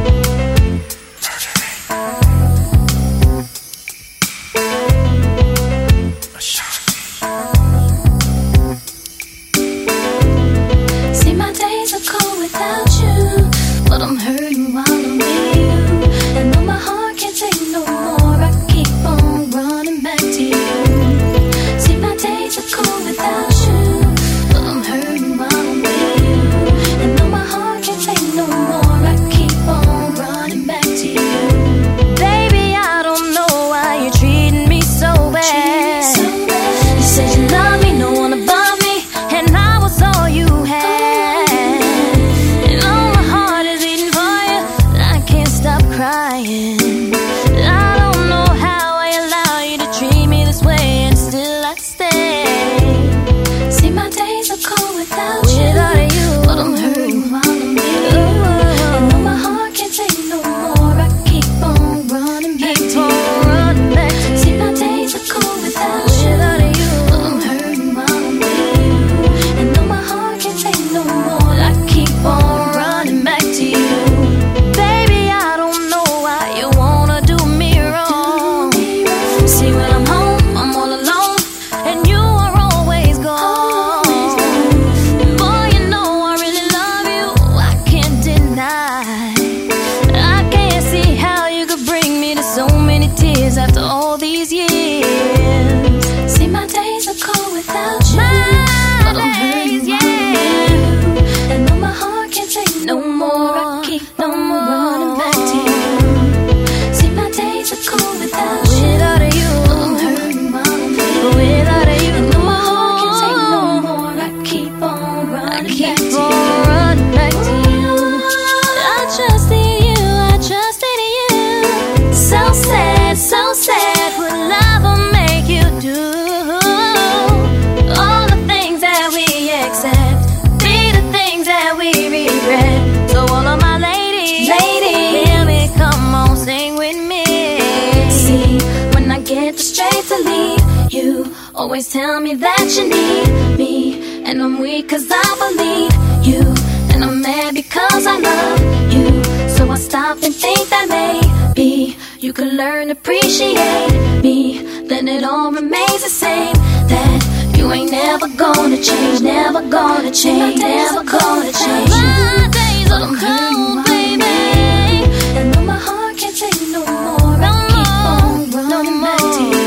Always tell me that you need me, and I'm weak cause I believe you, and I'm mad because I love you. So I stop and think that maybe you could learn to appreciate me, then it all remains the same. That you ain't never gonna change, never gonna change, never gonna change. My days are cold, baby, and though my heart can't take no more, no I keep on running no back to you.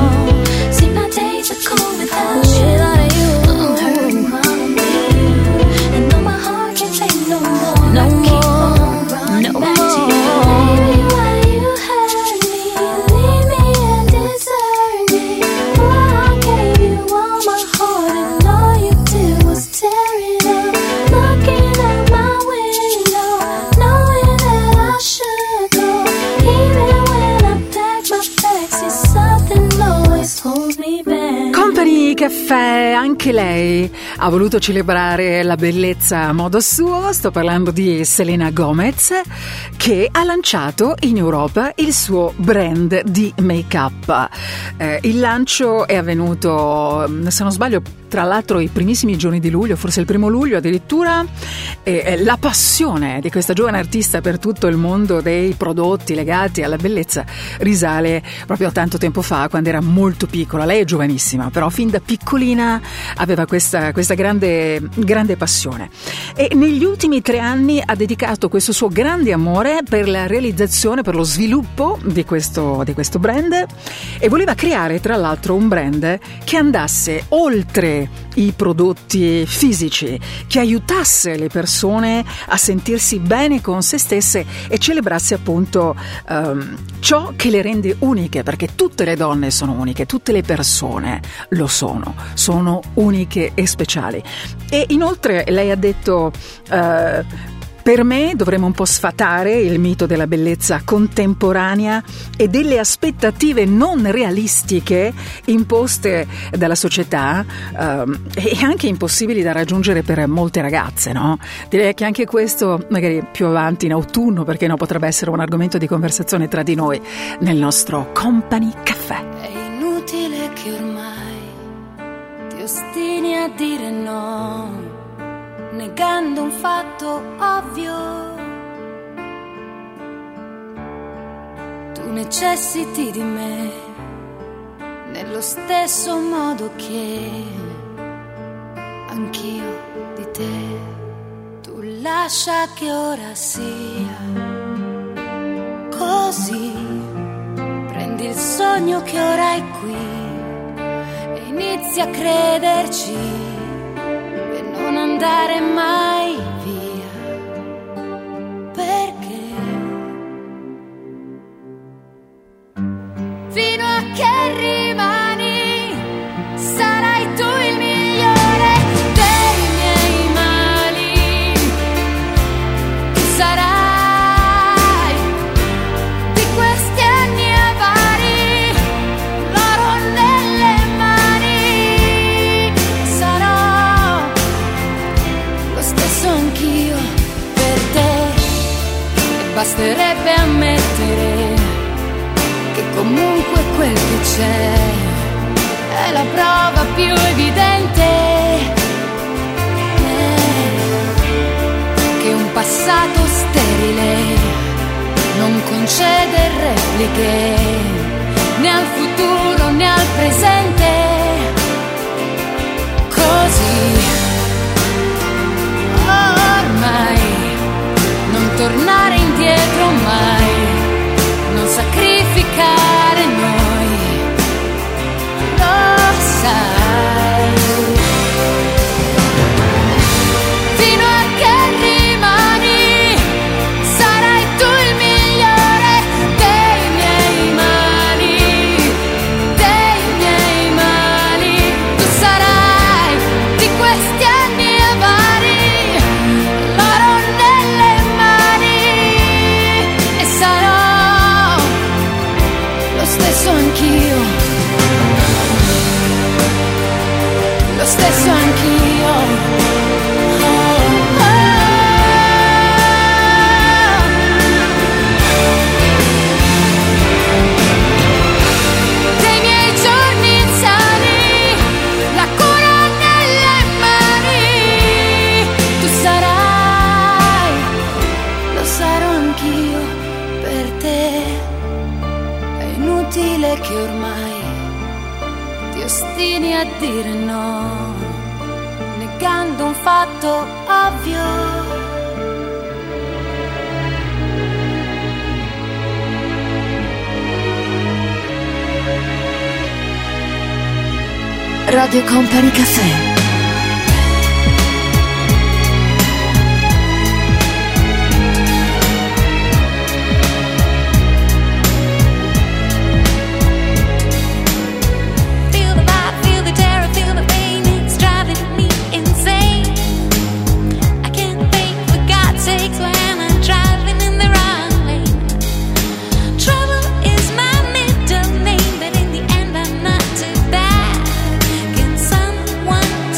Caffè, anche lei ha voluto celebrare la bellezza a modo suo. Sto parlando di Selena Gomez, che ha lanciato in Europa il suo brand di make-up. Eh, il lancio è avvenuto, se non sbaglio, tra l'altro i primissimi giorni di luglio, forse il primo luglio addirittura. E la passione di questa giovane artista per tutto il mondo dei prodotti legati alla bellezza risale proprio a tanto tempo fa, quando era molto piccola. Lei è giovanissima, però fin da piccola piccolina aveva questa, questa grande, grande passione e negli ultimi tre anni ha dedicato questo suo grande amore per la realizzazione, per lo sviluppo di questo, di questo brand, e voleva creare tra l'altro un brand che andasse oltre i prodotti fisici, che aiutasse le persone a sentirsi bene con se stesse e celebrasse appunto um, ciò che le rende uniche, perché tutte le donne sono uniche, tutte le persone lo sono, sono uniche e speciali. E inoltre lei ha detto uh, per me dovremmo un po' sfatare il mito della bellezza contemporanea e delle aspettative non realistiche imposte dalla società um, e anche impossibili da raggiungere per molte ragazze, no? Direi che anche questo magari più avanti in autunno, perché no, potrebbe essere un argomento di conversazione tra di noi nel nostro Company Caffè. È inutile che ormai ti ostini a dire no, negando un fatto ovvio. Tu necessiti di me nello stesso modo che anch'io di te. Tu lascia che ora sia così, prendi il sogno che ora è qui e inizi a crederci, non andare mai via, perché fino a che rimani sarai tu il migliore dei miei mali. Tu sarai di questi anni avari l'oro nelle mani. Sarò anch'io per te, e basterebbe ammettere che comunque quel che c'è è la prova più evidente che un passato sterile non concede repliche né al futuro né al presente. Così ormai non tornare indietro mai, non sacrificare noi, lo sai. Fino a che rimani sarai tu il migliore dei miei mali, dei miei mali. Tu sarai di questi anni avari anch'io, lo stesso anch'io. Oh, oh. Dei miei giorni insani, la cura nelle mani. Tu sarai, lo sarò anch'io per te. Inutile che ormai ti ostini a dire no, negando un fatto ovvio. Radio Company Caffè. One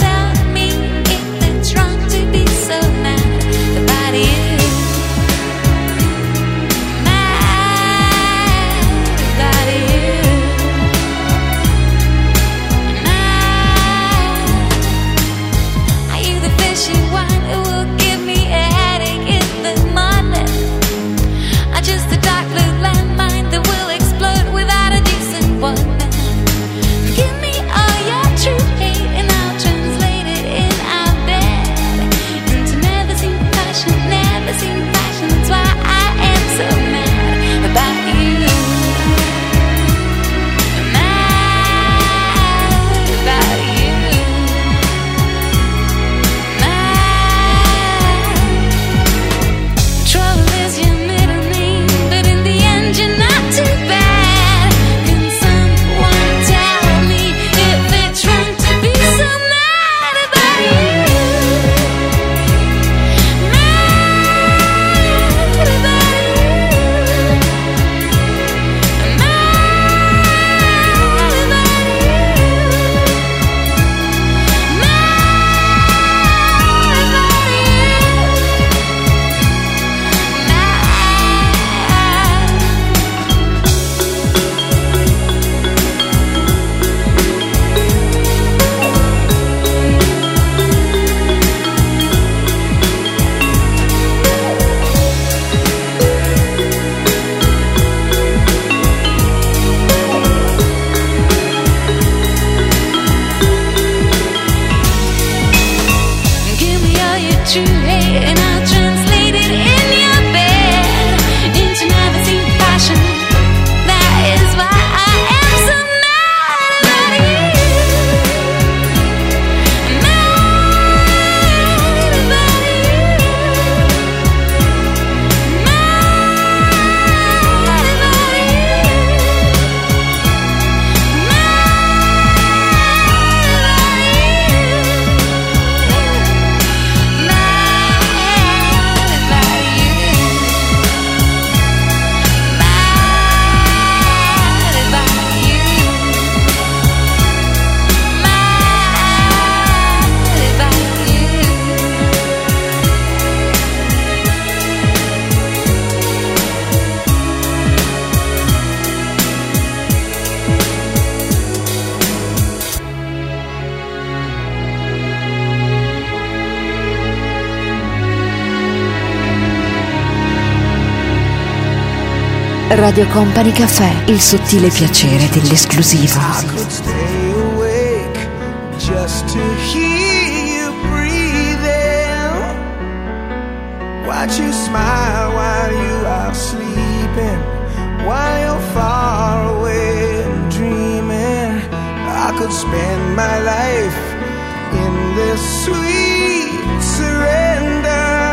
Radio Company Cafè, il sottile piacere dell'esclusivo. I could stay awake just to hear you breathing. Watch you smile while you are sleeping, while you're far away and dreaming. I could spend my life in this sweet surrender.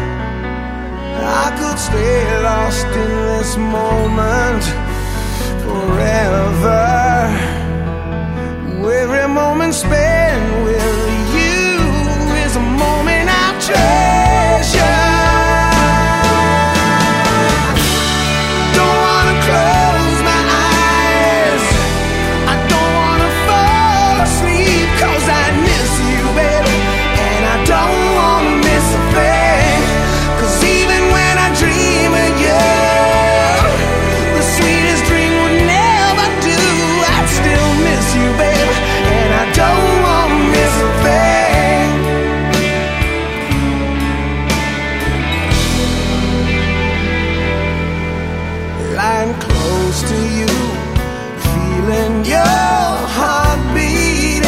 I could stay lost in this moment forever. Every moment spent with you is a moment I treasure. Don't wanna close my eyes, I don't wanna fall asleep, 'cause I miss you, baby, and I don't wanna miss a thing. 'Cause even when I dream of you, the sweetest dream would never do. I'd still miss you, baby, and I don't wanna miss a thing. Lying close to you, feeling your heart beating,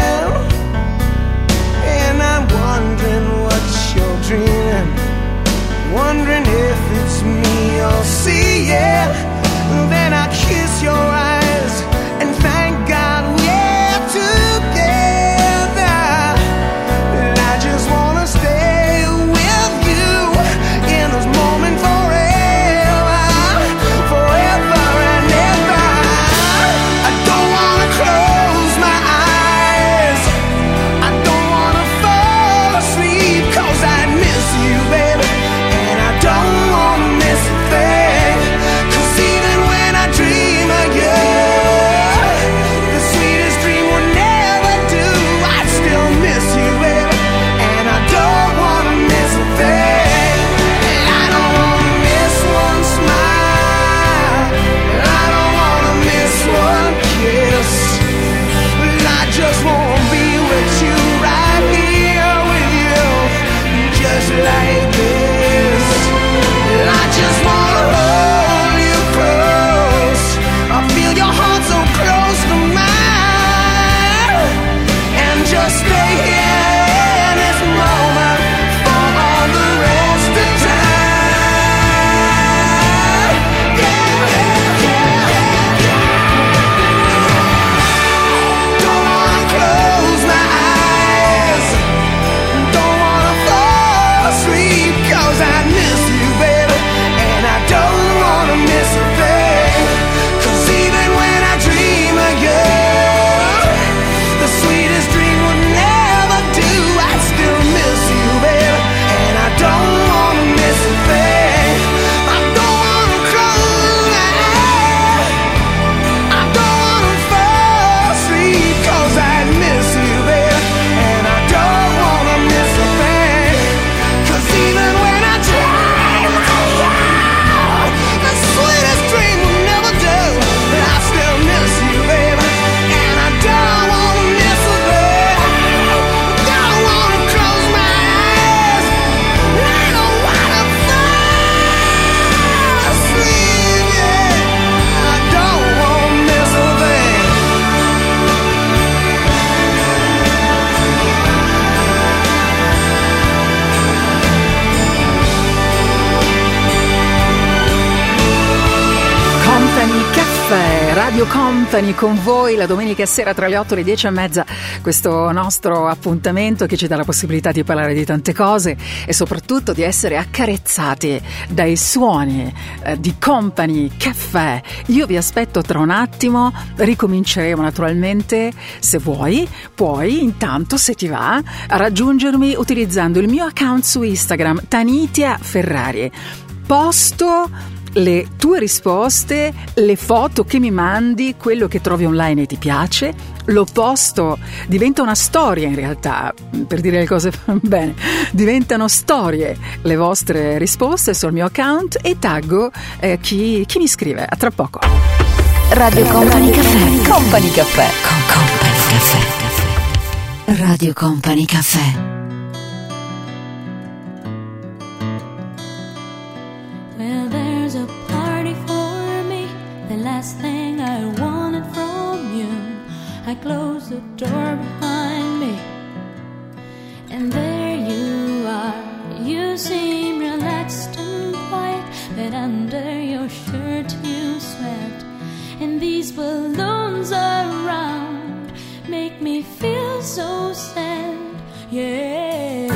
and I'm wondering what you're dreaming, wondering if it's me you're seeing. Then I kiss your eyes and thank God we're together. And I just wanna stay with you in this moment forever, forever and ever. I don't wanna close my eyes, I don't wanna fall asleep, 'cause I miss you, baby, and I don't wanna miss a thing. 'Cause even when I dream of you, the sweetest dream will never do. I still miss you, baby, and I don't wanna miss a thing. And I don't wanna miss one smile, and I don't wanna miss one kiss. And I just wanna be with you, right here with you, just like this. And I just wanna hold you close, I feel your heart so close to mine, and just stay here in this moment for all the rest of time. Yeah, yeah, yeah, yeah. Don't wanna close my eyes, don't wanna fall asleep, 'cause I miss you, baby, and I don't wanna miss a thing. 'Cause even when I dream of you, the sweetest dream would never do. I still miss you, baby, and I don't wanna miss a thing. I don't wanna close my eyes, I don't wanna fall asleep, 'cause I miss you, baby, and I don't wanna miss a thing. 'Cause even when I dream of you, the sweetest dream will never do. I still miss you, baby, and I don't wanna miss a thing. Don't wanna close my eyes, I don't wanna fall asleep, yeah. I don't wanna miss a thing. Company Caffè, Radio Company con voi la domenica sera tra le otto e le dieci e mezza, questo nostro appuntamento che ci dà la possibilità di parlare di tante cose e soprattutto di essere accarezzati dai suoni eh, di Company Caffè. Io vi aspetto tra un attimo, ricominceremo naturalmente, se vuoi, puoi intanto, se ti va, a raggiungermi utilizzando il mio account su Instagram, Tanitia Ferrari. Posto le tue risposte, le foto che mi mandi, quello che trovi online e ti piace, lo posto, diventa una storia in realtà, per dire le cose bene, diventano storie le vostre risposte sul mio account e taggo eh, chi, chi mi scrive. A tra poco. Radio Company Cafè. Company Cafè. Con Company Cafè. Radio Company Cafè. Well, there's a party for last thing I wanted from you. I closed the door behind me, and there you are. You seem relaxed and quiet, but under your shirt you sweat. And these balloons around make me feel so sad, yeah.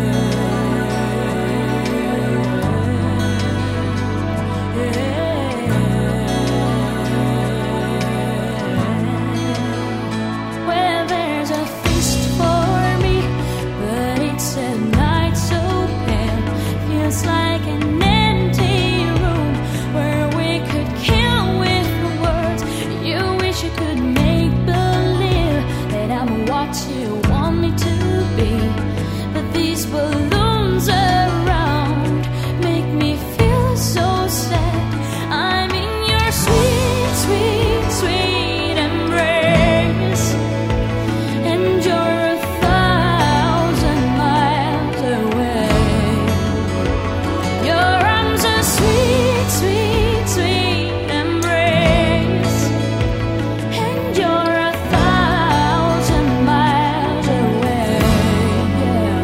Well, there's a feast for me, but it's a night so pale. Feels like an empty room where we could kill with words. You wish you could make believe that I'm what you want me to be, but these balloons around make me feel so sad. I'm in your sweet, sweet, sweet embrace, and you're a thousand miles away. Your arms are sweet, sweet, sweet embrace, and you're a thousand miles away. Yeah.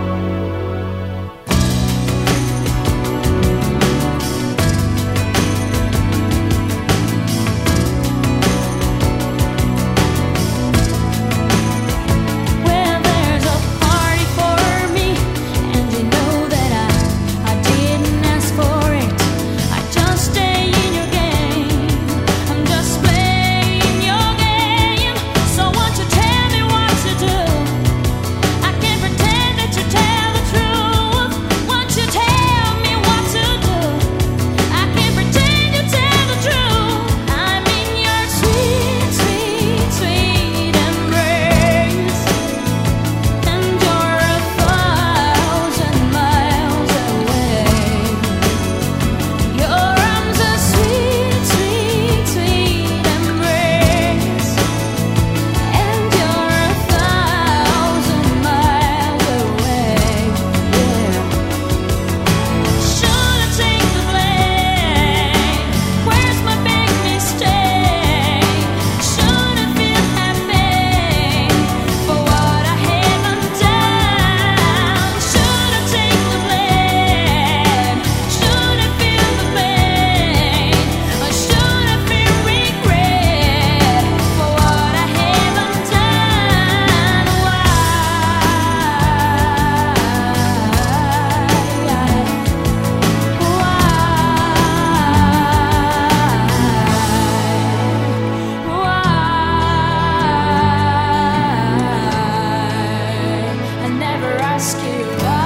Well, there's a party for me, and you know that I, I didn't ask for it. I just stay in your game. I'm just playing your game. So won't you tell me what to do? I can't pretend that you tell the truth. Won't you tell me what to do? I can't pretend you tell the truth. I'm in your sweet, sweet, sweet embrace, and you're a thousand miles away. Your arms are sweet, sweet, sweet embrace, and you're a thousand miles away. Yeah. Should I take the blame? Where's my big mistake? Should I feel happy for what I haven't done? Should I take the blame? Should I feel the pain? Or should I feel regret for what I haven't done? Why? I never ask you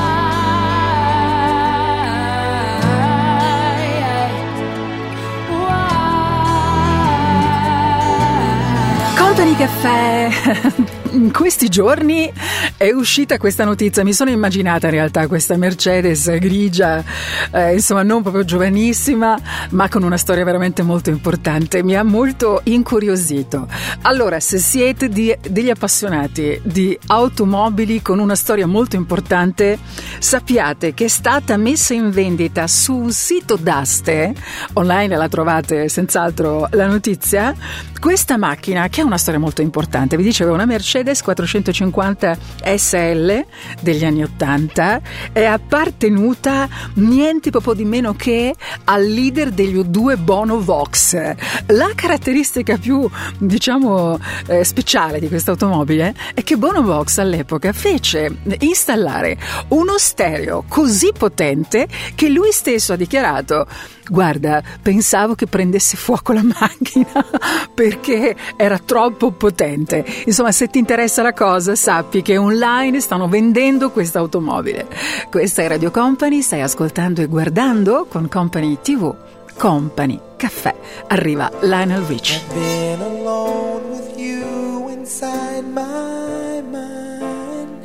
why. Company Caffè. In questi giorni è uscita questa notizia, mi sono immaginata in realtà questa Mercedes grigia, eh, insomma non proprio giovanissima, ma con una storia veramente molto importante, mi ha molto incuriosito. Allora, se siete di, degli appassionati di automobili con una storia molto importante, sappiate che è stata messa in vendita su un sito d'aste, online la trovate senz'altro la notizia, questa macchina che ha una storia molto importante. Vi dicevo, una Mercedes quattrocentocinquanta S L degli anni ottanta, è appartenuta niente proprio di meno che al leader degli U due Bono Vox. La caratteristica più, diciamo, eh, speciale di questa automobile è che Bono Vox all'epoca fece installare uno stereo così potente che lui stesso ha dichiarato: guarda, pensavo che prendesse fuoco la macchina perché era troppo potente. Insomma, se ti interessa la cosa, sappi che online stanno vendendo questa automobile. Questa è Radio Company, stai ascoltando e guardando con Company tivù, Company Caffè. Arriva Lionel Rich. I've been alone with you inside my mind,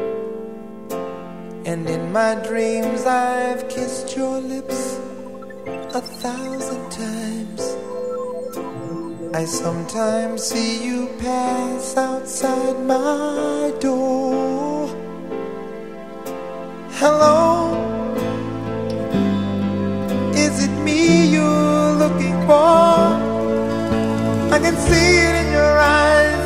and in my dreams I've kissed your lips a thousand times. I sometimes see you pass outside my door. Hello, is it me you're looking for? can see it in your eyes,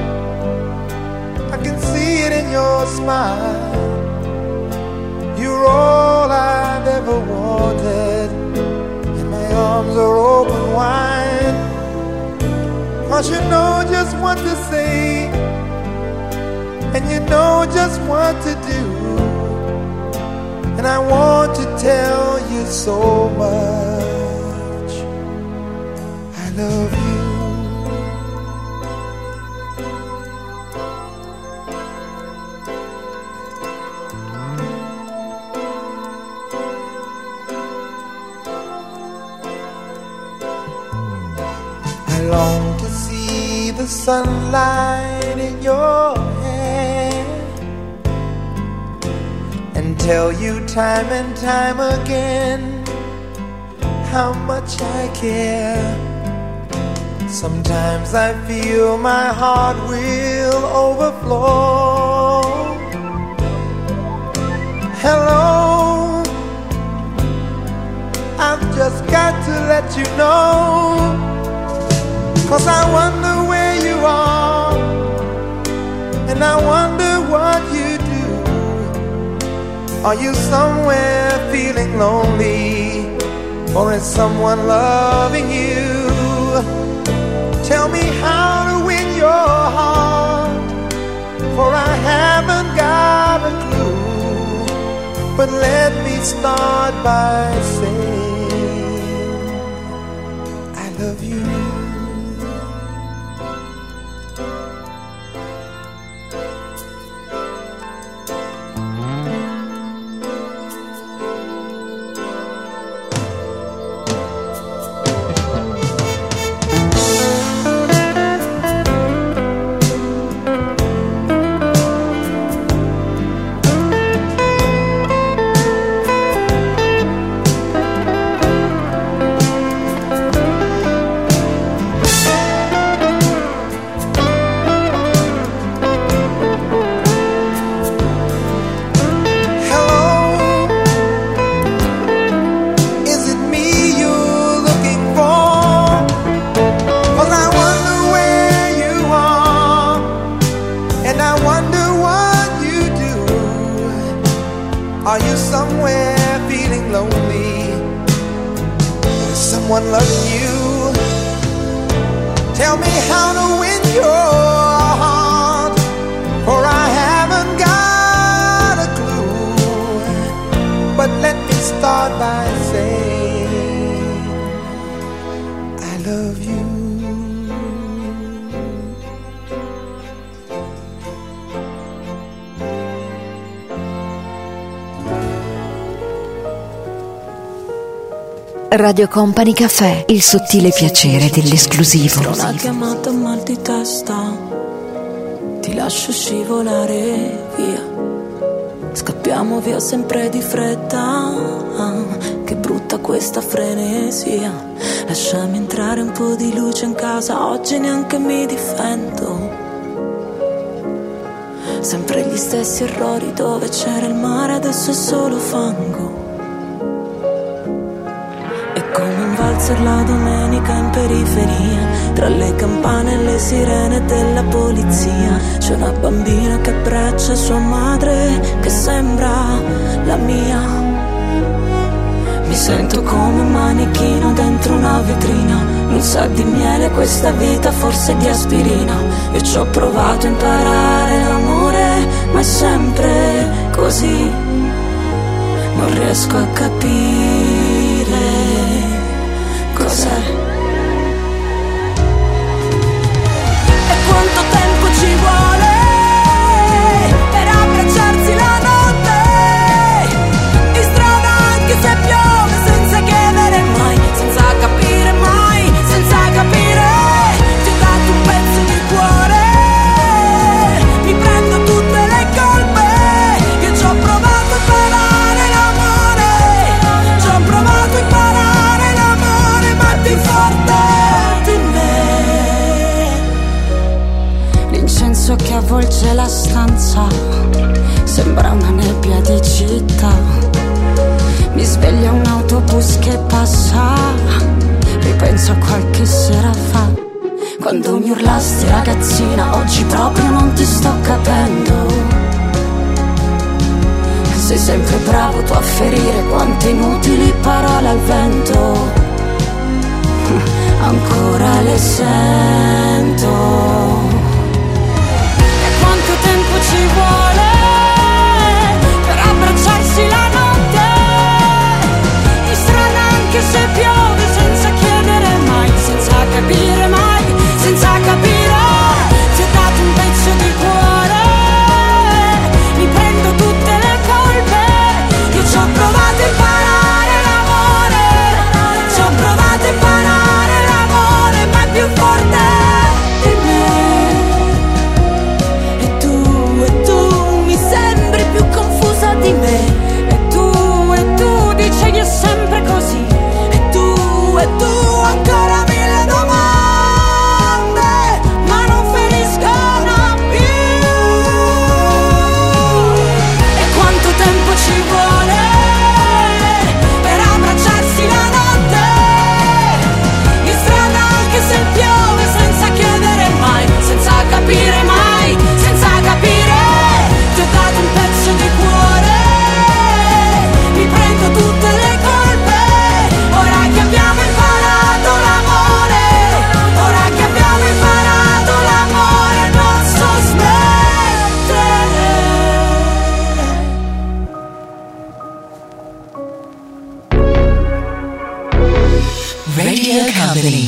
I can see it in your smile. You're all I've ever wanted, and my arms are open wide. 'Cause you know just what to say, and you know just what to do, and I want to tell you so much I love you. I long to see the sunlight in your hair and tell you time and time again how much I care. Sometimes I feel my heart will overflow. Hello, I've just got to let you know, 'cause I wonder where you are, and I wonder what you do. Are you somewhere feeling lonely, or is someone loving you? Tell me how to win your heart, for I haven't got a clue. But let me start by saying I love you. Loving you. Tell me how to win your heart, for I haven't got a clue. But let me start by saying I love you. Radio Company Cafè, il sottile piacere dell'esclusivo. Una chiamata a mal di testa, ti lascio scivolare via. Scappiamo via sempre di fretta, che brutta questa frenesia. Lasciami entrare un po' di luce in casa, oggi neanche mi difendo. Sempre gli stessi errori, dove c'era il mare adesso è solo fango. Come un valzer la domenica in periferia, tra le campane e le sirene della polizia. C'è una bambina che abbraccia sua madre, che sembra la mia. Mi sento come un manichino dentro una vetrina. Non sa di miele questa vita, forse di aspirina. Io ci ho provato a imparare l'amore, ma è sempre così. Non riesco a capire cos'è. E quanto tempo ci vuole per abbracciarsi la notte, in strada anche se piove, senza chiedere mai, senza capire mai, senza capire. Ti ho dato un pezzo di cuore, mi prendo tutte le colpe. Io ci ho provato a imparare l'amore, ci ho provato a imparare l'amore, ma più forte di me. L'incenso che avvolge la stanza sembra una nebbia di città. Mi sveglia un autobus che passa, ripenso a qualche sera fa, Quando mi urlasti ragazzina, oggi proprio non ti sto capendo. Sei sempre bravo tu a ferire quante inutili parole al vento. Ancora le sento. E quanto tempo ci vuole per abbracciarsi la notte? In strada anche se piove, senza chiedere mai, senza capire mai, senza capire. Ti ho dato un pezzo di cuore, mi prendo tutte le colpe. Io ci ho provato a imparare l'amore, ci ho provato a imparare l'amore, ma è più forte di me. E tu, e tu mi sembri più confusa di me. E tu, e tu dici che è sempre così. E tu, e tu ancora mille domande, ma non finiscono più. E quanto tempo ci vuole per abbracciarsi la notte? In strada anche se piove, senza chiedere mai, senza capire mai, senza capire. Ti ho dato un pezzo di cuore, mi prendo tutte le colpe. Ora che abbiamo imparato l'amore, ora che abbiamo imparato l'amore, non so smettere. Radio Company.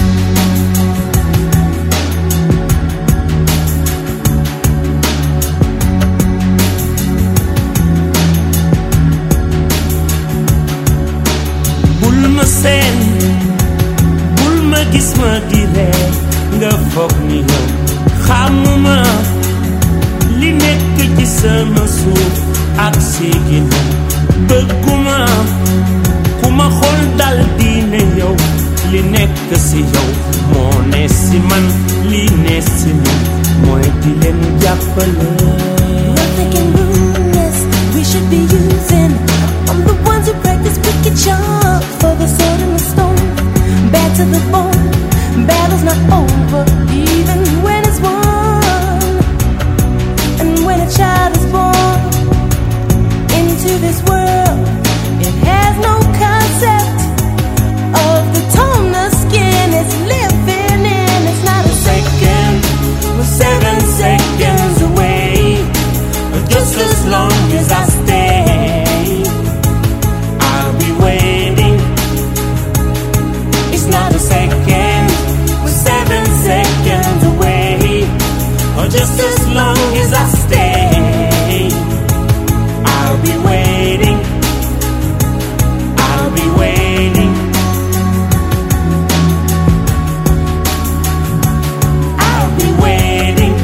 bul ma seen bul ma gis ma di ree nga foog ni yow xamuma li nekk ci sama suuf ak sigina bëgguma ku ma xool dal di ne yow li nekk si yow moo ne si man li ne si man mooy di leen jàppale. Nothing in rudeness we should be using. I'm the ones who practice wicked charms for the sword and the stone. Bad to the bone, battle's not over even when it's won. And when a child is born into this world, it has no concept of the tone the skin is living in. It's not a second, We're seven seconds away, just as long as I stay, I'll be waiting. It's not a second, we're seven seconds away, or just as long as I stay, I'll be waiting. I'll be waiting. I'll be waiting.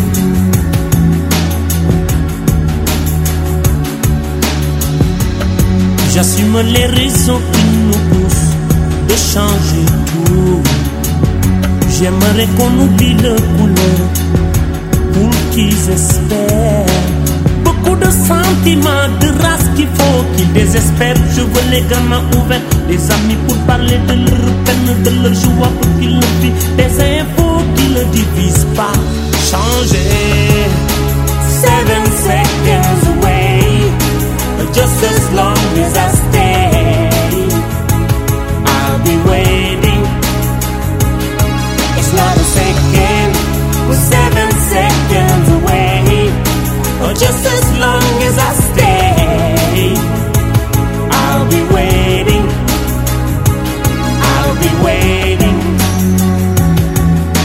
J'assume les raisons qui nous poussent de changer tout. J'aimerais qu'on oublie le couleur pour qu'ils espèrent. Beaucoup de sentiments, de race qu'il faut qu'ils désespèrent. Je veux les gamins ouverts, des amis pour parler de leur peine, de leur joie pour qu'ils le vivent. Des infos qui ne divisent pas. Changer. Seven seconds away, just as long as I stay, I'll be waiting. It's not a second, we're seven seconds away, or just as long as I stay, I'll be waiting. I'll be waiting.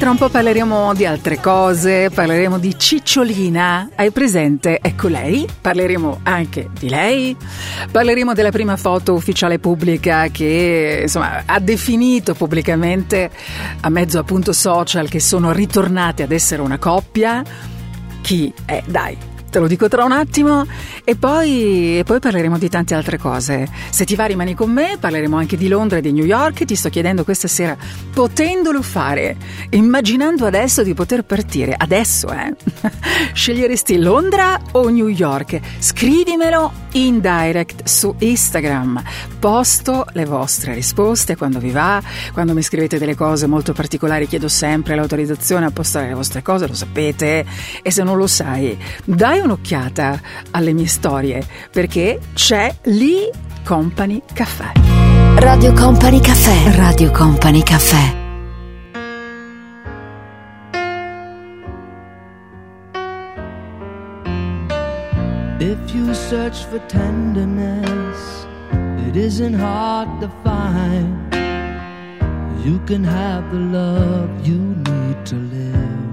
tra un po' parleremo di altre cose, parleremo di Cicciolina, hai presente? Ecco lei, parleremo anche di lei, parleremo della prima foto ufficiale pubblica che insomma ha definito pubblicamente a mezzo appunto social che sono ritornati ad essere una coppia. Chi è? Dai, te lo dico tra un attimo. E poi, e poi parleremo di tante altre cose. Se ti va rimani con me, parleremo anche di Londra e di New York. Ti sto chiedendo questa sera, potendolo fare, immaginando adesso di poter partire adesso, eh sceglieresti Londra o New York? Scrivimelo in direct su Instagram, posto le vostre risposte quando vi va. Quando mi scrivete delle cose molto particolari chiedo sempre l'autorizzazione a postare le vostre cose, lo sapete. E se non lo sai, dai un'occhiata alle mie storie, perché c'è lì Company Cafè. Radio Company Cafè. Radio Company Cafè. If you search for tenderness, it isn't hard to find. You can have the love you need to live.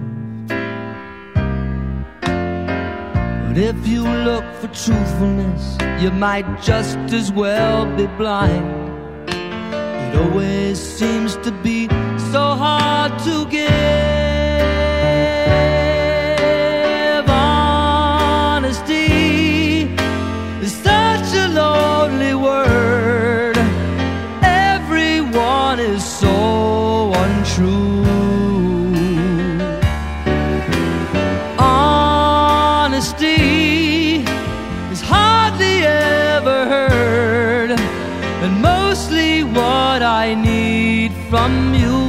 But if you look for truthfulness, you might just as well be blind. It always seems to be so hard to give. Honesty is such a lonely word. Everyone is so untrue. Honesty is hardly ever heard, and mostly what I need from you.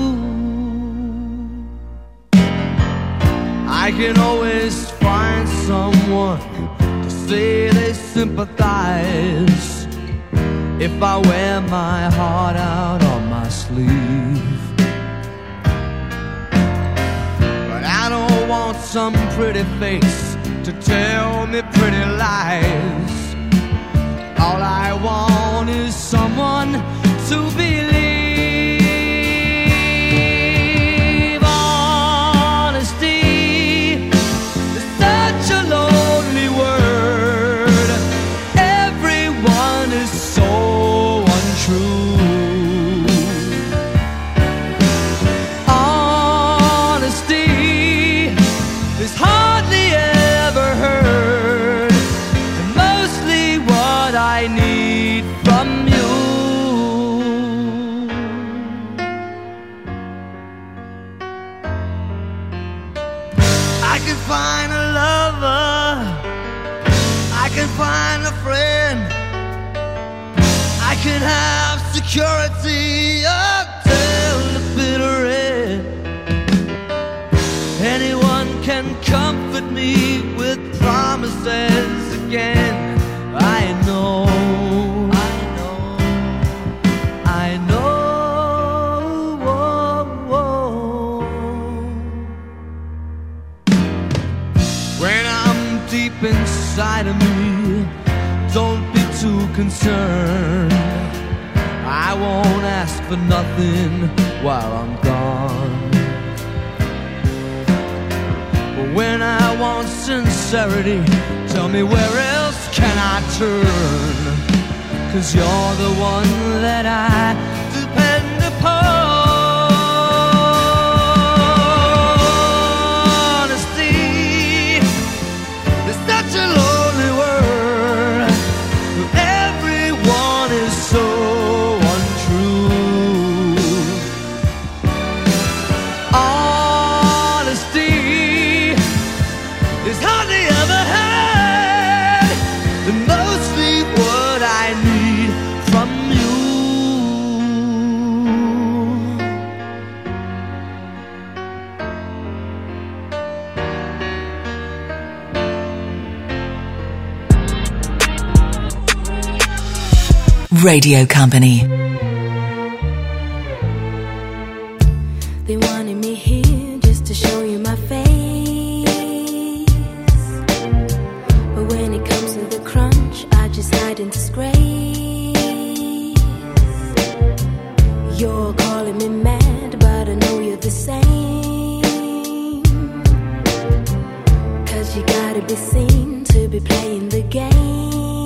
I can always find someone to say they sympathize if I wear my heart out on my sleeve. But I don't want some pretty face to tell me pretty lies. All I want is someone to believe. Honesty is such a lonely word. Everyone is so untrue. Honesty is hardly ever heard, and mostly what I need from you. I can find a lover, I can find a friend, I can have security until the bitter end. Anyone can comfort me with promises again. I know, I know, I know. Whoa, whoa. When I'm deep inside of me, don't be too concerned. I won't ask for nothing while I'm gone. But when I want sincerity, tell me where else can I turn? 'Cause you're the one that I depend upon. Honesty is such a lonely word. Everyone is so untrue. Honesty is hardly ever heard, and mostly what I need from you. Radio Company. They wanted me here just to show you my face, but when it comes to the crunch, I just hide in disgrace. You're calling me mad, but I know you're the same. gotta be seen to be playing the game.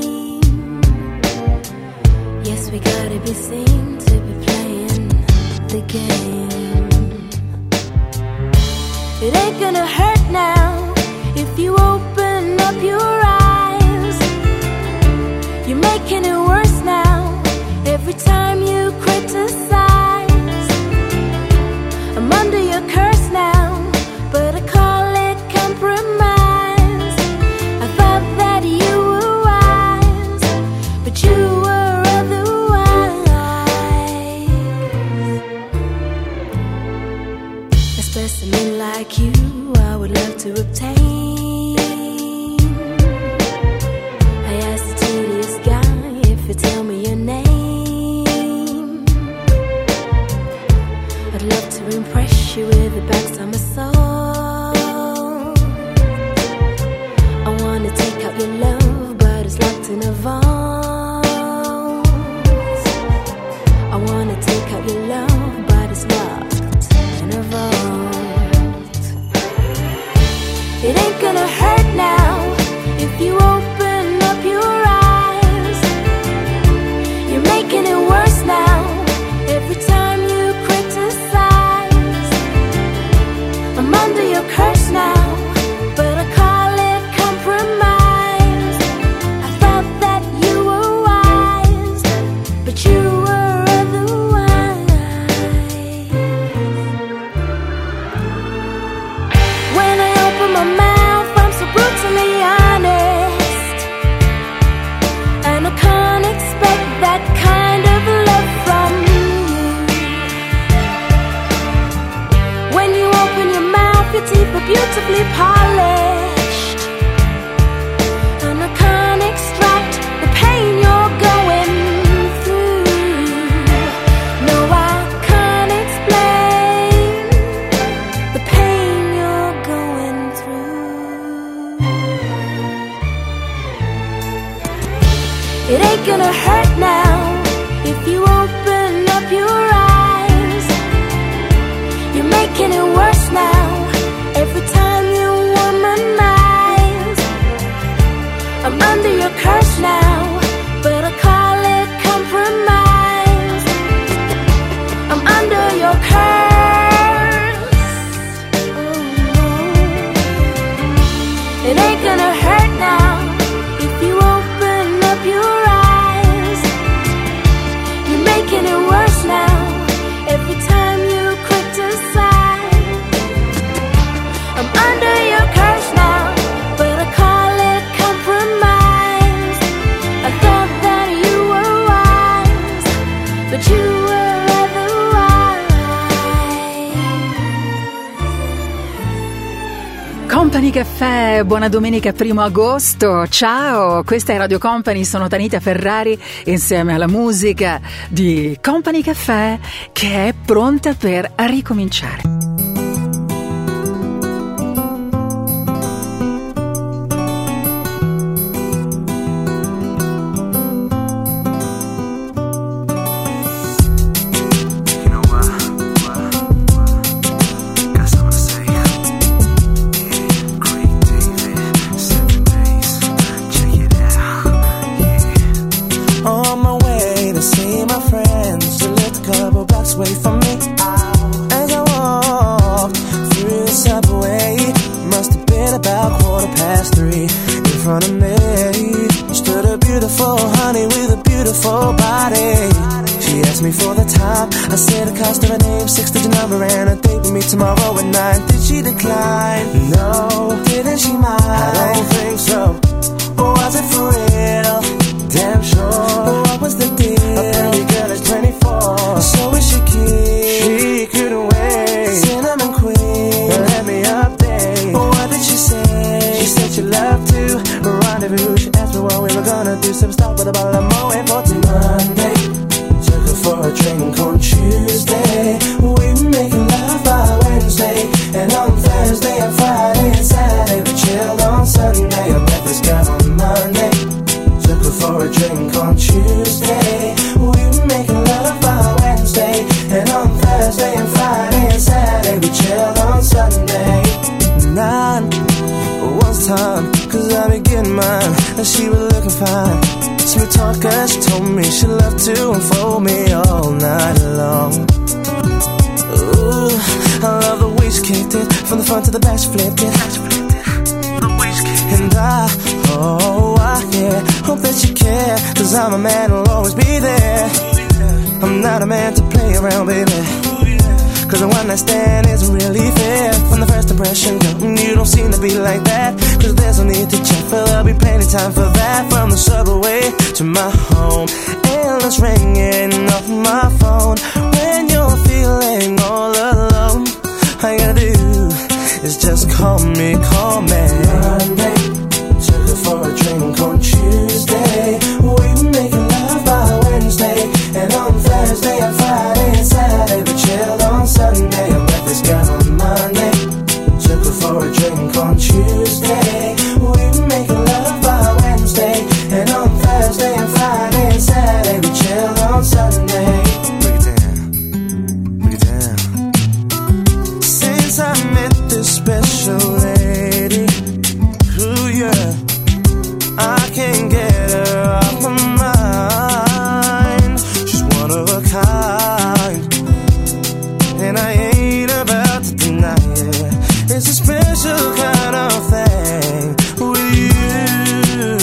Yes, we gotta be seen to be playing the game. It ain't gonna hurt now if you open up your eyes. You're making it worse now every time you criticize. I'm under your curse now, but I call it compromise. I thought that you were wise, but you were otherwise. A specimen like you I would love to obtain. I asked the tedious guy if you tell me your name. I'd love to impress you with the backs of my soul. I wanna take out your love, but it's locked in a vault. I wanna take out your love, but it's locked in a vault. It ain't gonna hurt now if you open up your eyes. You're making it worse now every time you criticize. I'm under your curse now, but I call it compromise. I thought that you were wise, but you were otherwise. When I open my mouth, I'm so brutally honest, and I can't expect that kind of love from you. When you open your mouth, your teeth are beautifully polished, and I can't extract the pain you're going through. No, I can't explain the pain you're going through. It ain't gonna hurt now if you open up your eyes. You're making it worse now every time you womanize. I'm under your curse now, but I call it compromise. I'm under your curse. Oh no. It ain't gonna hurt now if you open up your eyes. You're making it worse now every time you criticize. I'm under your curse now, but I call it compromise. I thought that you were wise, but you were otherwise. Company Caffè, buona domenica primo agosto, ciao, questa è Radio Company, sono Tanita Ferrari insieme alla musica di Company Caffè che è pronta per ricominciare. On my way to see my friends, who lived a couple blocks away from me. As I walked through the subway, must have been about quarter past three. In front of me stood a beautiful honey with a beautiful body. She asked me for the time, I said the cost of her name, six-digit number, and a date with me tomorrow at nine. Did she decline? No. Didn't she mind? I don't think so. Or was it for real? Damn sure. But what was the deal? A pretty girl is twenty-four, so is she cute? She couldn't wait. Cinnamon queen, let me update. But what did she say? She said she loved to rendezvous. She asked me what we were gonna do. Some stop with a bottle of Moet for Monday. Took her for a drink on Tuesday. We were making love by Wednesday, and on Thursday and Friday and Saturday we chilled on Sunday. I met this girl on Monday. Took her for a drink on Tuesday. We were making love by Wednesday, and on Thursday and Friday and Saturday we chilled on Sunday. Nine, once time mine, and she was looking fine. Smooth talker, she told me she loved to unfold me all night long. Ooh, I love the way she kicked it, from the front to the back she flipped it. And I, oh, I, yeah, hope that you care, cause I'm a man who'll always be there. I'm not a man to play around, baby, cause a one night stand isn't really fair. From the first impression, girl, you don't seem to be like that. Cause there's no need to check, but there'll be plenty time for that. From the subway to my home, endless ringing off my phone. When you're feeling all alone, all you gotta do is just call me, call me. Monday, took her for a drink on Tuesday. We were making love by Wednesday, and on Thursday and Friday and Saturday we chilled on Sunday. I met this girl on Monday, took her for a drink on Tuesday. We were making love by Wednesday, and on Thursday and Friday and Saturday we chilled on Sunday. Break it down, break it down. Since I met this special lady, ooh yeah, I can't get her off my mind. She's one of a kind, and I ain't about to deny it. It's a special kind of thing with you.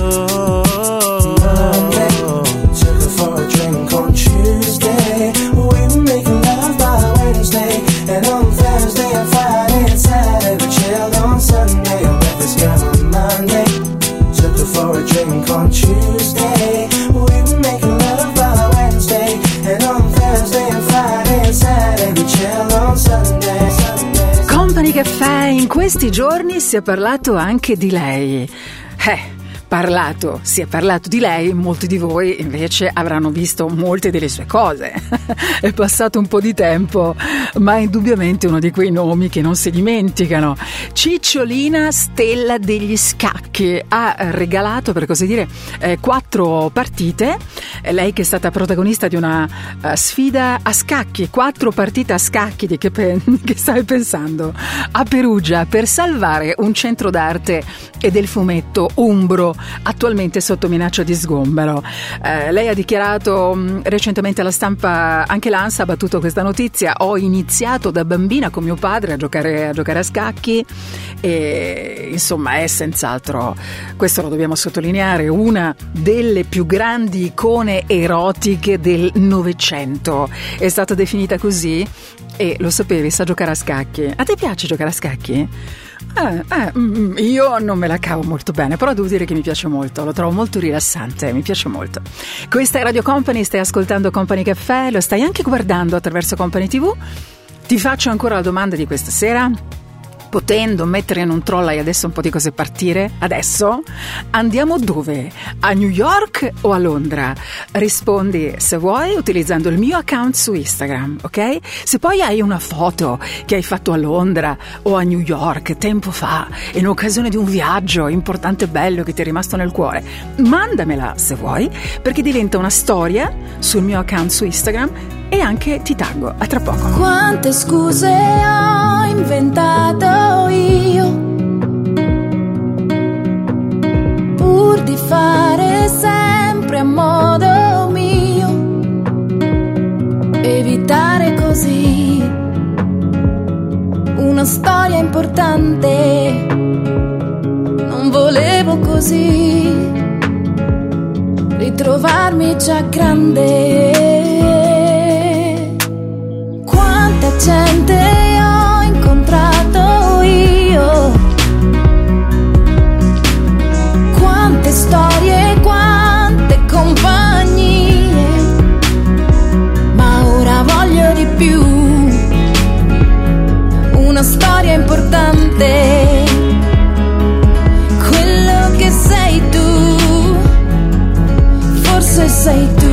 Monday, took her for a drink on Tuesday. We were making love by Wednesday, and on Thursday and Friday and Saturday we chilled on Sunday. I met this girl on Monday, took her for a drink on Tuesday. We were making love by Wednesday, and on Thursday and Friday and Saturday we chilled on Sunday. Sunday. Company Caffè, in questi giorni si è parlato anche di lei. Eh, parlato, si è parlato di lei, molti di voi invece avranno visto molte delle sue cose. È passato un po' di tempo, ma è indubbiamente uno di quei nomi che non si dimenticano. Cicciolina Stella degli Scacchi ha regalato, per così dire, eh, quattro partite. Lei che è stata protagonista di una uh, sfida a scacchi, quattro partite a scacchi. Di che, pe- che stai pensando? A Perugia, per salvare un centro d'arte e del fumetto umbro attualmente sotto minaccia di sgombero. Eh, lei ha dichiarato mh, recentemente alla stampa, anche l'ANSA ha battuto questa notizia: ho iniziato da bambina con mio padre a giocare a, giocare a scacchi, e insomma è senz'altro, questo lo dobbiamo sottolineare, una delle più grandi icone erotiche del Novecento. È stata definita così, e lo sapevi, sa giocare a scacchi. A te piace giocare a scacchi? Eh, eh, io non me la cavo molto bene, però devo dire che mi piace molto, lo trovo molto rilassante, mi piace molto. Questa è Radio Company, stai ascoltando Company Caffè, lo stai anche guardando attraverso Company tivù. Ti faccio ancora la domanda di questa sera: potendo mettere in un trolley adesso un po' di cose partire, adesso andiamo dove? A New York o a Londra? Rispondi, se vuoi, utilizzando il mio account su Instagram, ok? Se poi hai una foto che hai fatto a Londra o a New York tempo fa, in occasione di un viaggio importante e bello che ti è rimasto nel cuore, mandamela se vuoi, perché diventa una storia sul mio account su Instagram e anche ti taggo. A tra poco. Quante scuse ho inventato io pur di fare sempre a modo mio, evitare così una storia importante. Non volevo così ritrovarmi già grande. Quanta gente ho incontrato io, quante storie, quante compagnie, ma ora voglio di più, una storia importante, quello che sei tu, forse sei tu.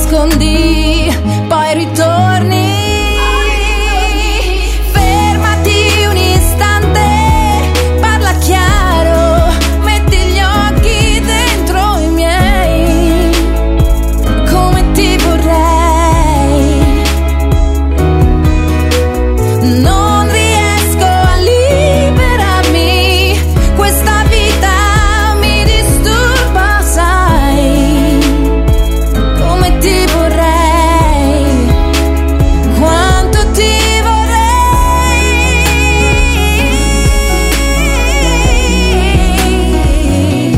nascondi, poi ritorni. Fermati un istante, parla chiaro, metti gli occhi dentro i miei, come ti vorrei. Non riesco a liberarmi, questa vita mi disturba, sai, come ti vorrei, quanto ti vorrei.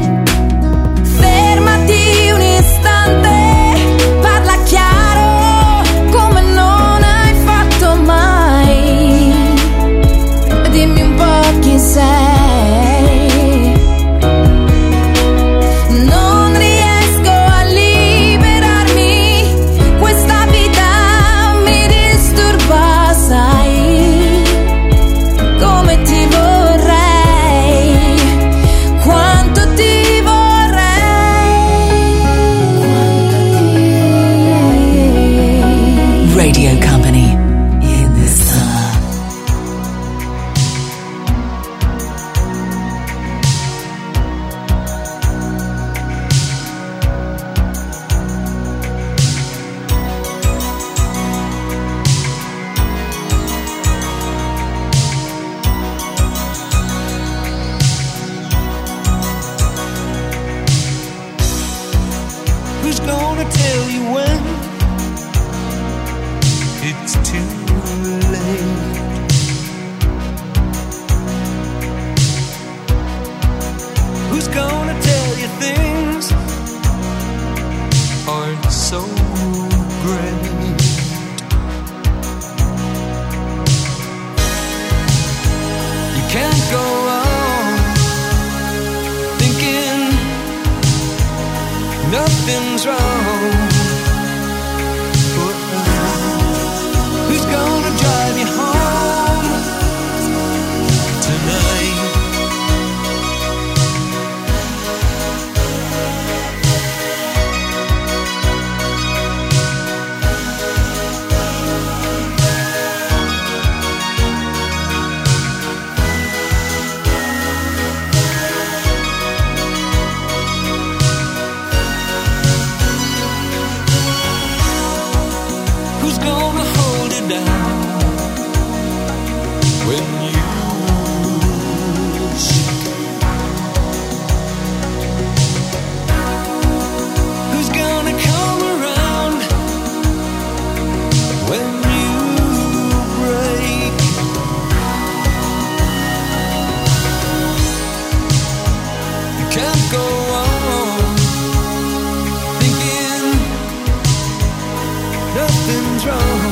Fermati un istante, parla chiaro, come non hai fatto mai. Dimmi un po' chi sei. Non riesco a liberarmi, questa vita mi disturba, sai, come ti vorrei, quanto ti vorrei. Radio Company in the summer. Who's gonna tell you when it's too late? Who's gonna tell you things aren't so great? You can't go on thinking nothing's wrong. Who's gonna drive you home tonight? Who's gonna hold it down when you shake? Who's gonna come around when you break? You can't go on thinking nothing's wrong.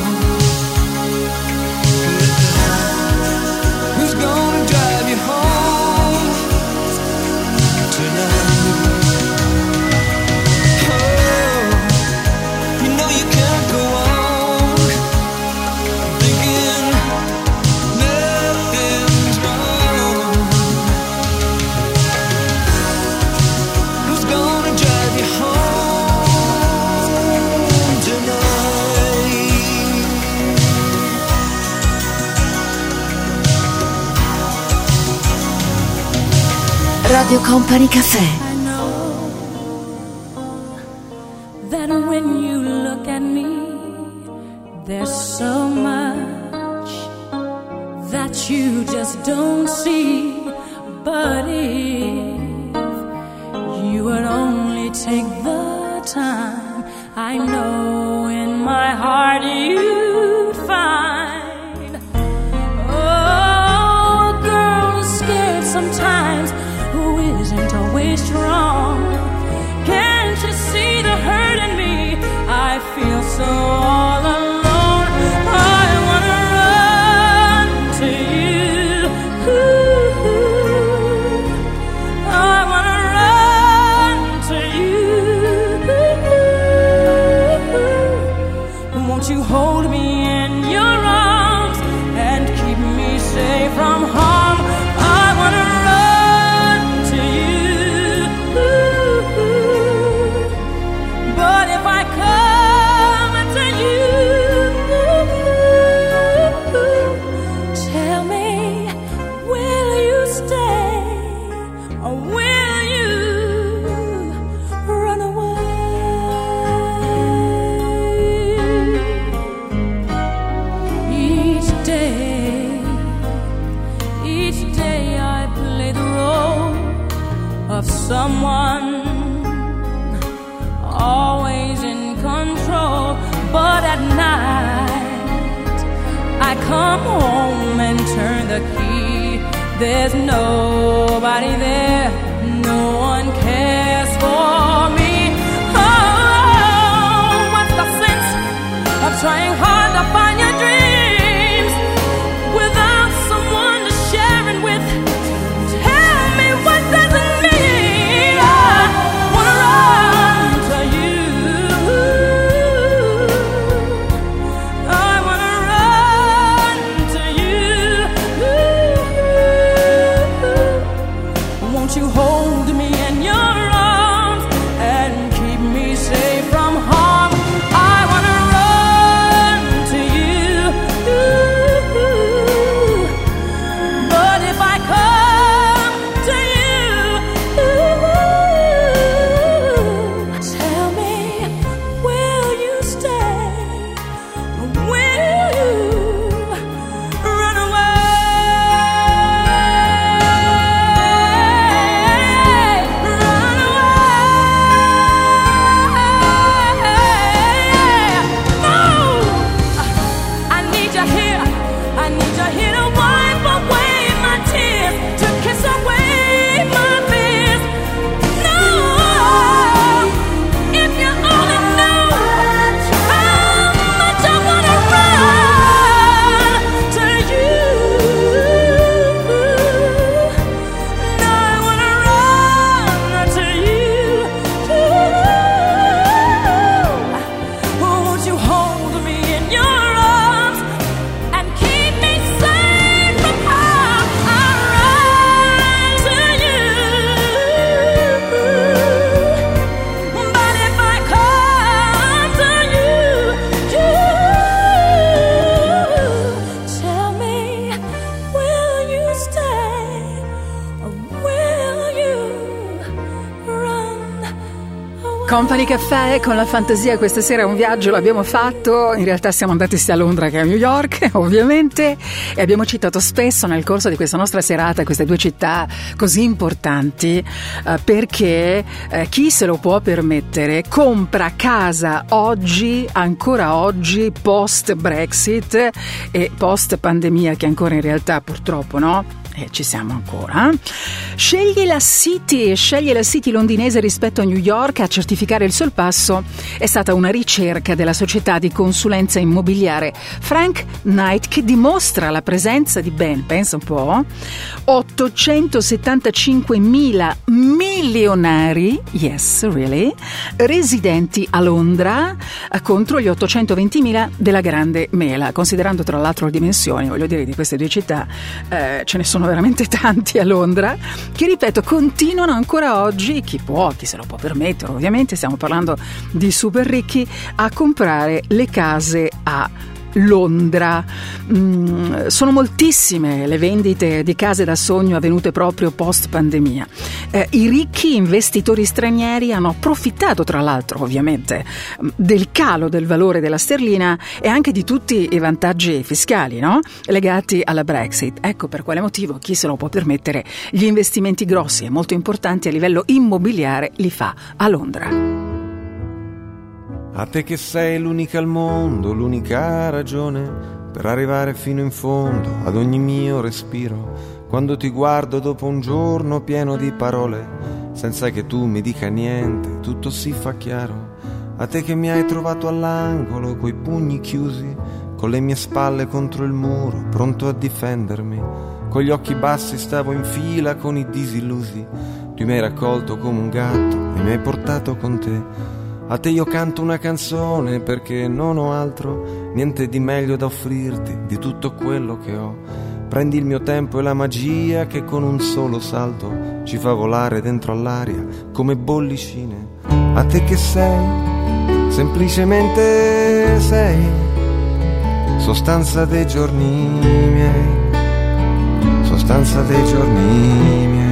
Who's gonna drive you home tonight? Oh, you know you can't go on thinking nothing's wrong. Who's gonna drive you home tonight? Radio Company Café. That when you look at me, there's so much that you just don't see. But if you would only take the time, I know in my heart you'd find. Oh, a girl is scared sometimes, who isn't always strong. Can't you see the hurt in me? I feel so all alone. I wanna run to you. Ooh, I wanna run to you. Won't you hold me in your arms and keep me safe from harm? I wanna run to you. someone always in control, but at night I come home and turn the key. There's nobody there, no one cares for me. Oh, what's the sense of trying hard to find your dreams without someone to share it with? Tell me, what does it mean? I wanna run to you. I wanna run to you. Won't you hold me in your arms and keep me safe from harm? I wanna run to you. But if I come to you, tell me, will you stay? Or will you run away? Run away. No, I need you here. I need you here to wipe away my tears, to kiss away my fears. No, if you only knew how much I wanna run to you. No, I wanna run to you. Won't you hold me in your arms and keep me safe from harm? I'll run to you. But if I come to you, tell me, will you stay or will you run? Company Caffè con la fantasia. Questa sera un viaggio l'abbiamo fatto, in realtà siamo andati sia a Londra che a New York ovviamente, e abbiamo citato spesso nel corso di questa nostra serata queste due città così importanti, eh, perché eh, chi se lo può permettere compra casa oggi, ancora oggi, post Brexit e post pandemia, che ancora in realtà purtroppo no? E ci siamo ancora. Sceglie la City, sceglie la City londinese rispetto a New York. A certificare il sorpasso è stata una ricerca della società di consulenza immobiliare Frank Knight, che dimostra la presenza di ben, pensa un po', ottocentosettantacinquemila milionari, yes, really, residenti a Londra, contro gli ottocentoventimila della Grande Mela. Considerando tra l'altro le dimensioni, voglio dire, di queste due città, eh, ce ne sono veramente tanti a Londra, che ripeto continuano ancora oggi, chi può, chi se lo può permettere, ovviamente stiamo parlando di super ricchi, a comprare le case a Londra. Mm, sono moltissime le vendite di case da sogno avvenute proprio post pandemia. Eh, I ricchi investitori stranieri hanno approfittato, tra l'altro, ovviamente, del calo del valore della sterlina e anche di tutti i vantaggi fiscali, no? Legati alla Brexit. Ecco per quale motivo chi se lo può permettere gli investimenti grossi e molto importanti a livello immobiliare li fa a Londra. A te che sei l'unica al mondo, l'unica ragione per arrivare fino in fondo ad ogni mio respiro. Quando ti guardo dopo un giorno pieno di parole, senza che tu mi dica niente, tutto si fa chiaro. A te che mi hai trovato all'angolo coi pugni chiusi, con le mie spalle contro il muro, pronto a difendermi. Con gli occhi bassi stavo in fila con i disillusi. Tu mi hai raccolto come un gatto e mi hai portato con te. A te io canto una canzone perché non ho altro, niente di meglio da offrirti di tutto quello che ho. Prendi il mio tempo e la magia che con un solo salto ci fa volare dentro all'aria come bollicine. A te che sei, semplicemente sei, sostanza dei giorni miei, sostanza dei giorni miei.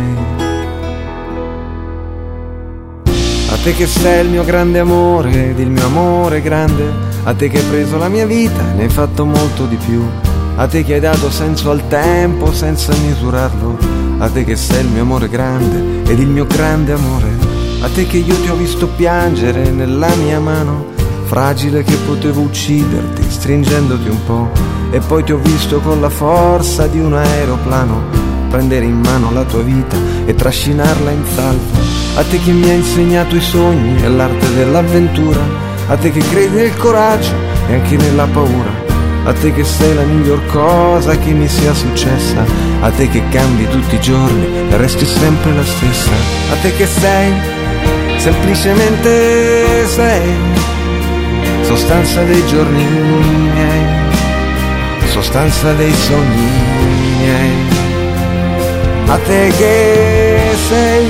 A te che sei il mio grande amore ed il mio amore grande, a te che hai preso la mia vita e ne hai fatto molto di più. a te che hai dato senso al tempo senza misurarlo, a te che sei il mio amore grande ed il mio grande amore, a te che io ti ho visto piangere nella mia mano, fragile che potevo ucciderti stringendoti un po', e poi ti ho visto con la forza di un aeroplano prendere in mano la tua vita e trascinarla in salvo, a te che mi hai insegnato i sogni e l'arte dell'avventura, a te che credi nel coraggio e anche nella paura, a te che sei la miglior cosa che mi sia successa, a te che cambi tutti i giorni e resti sempre la stessa, a te che sei, semplicemente sei, sostanza dei giorni miei, sostanza dei sogni miei, a te che sei,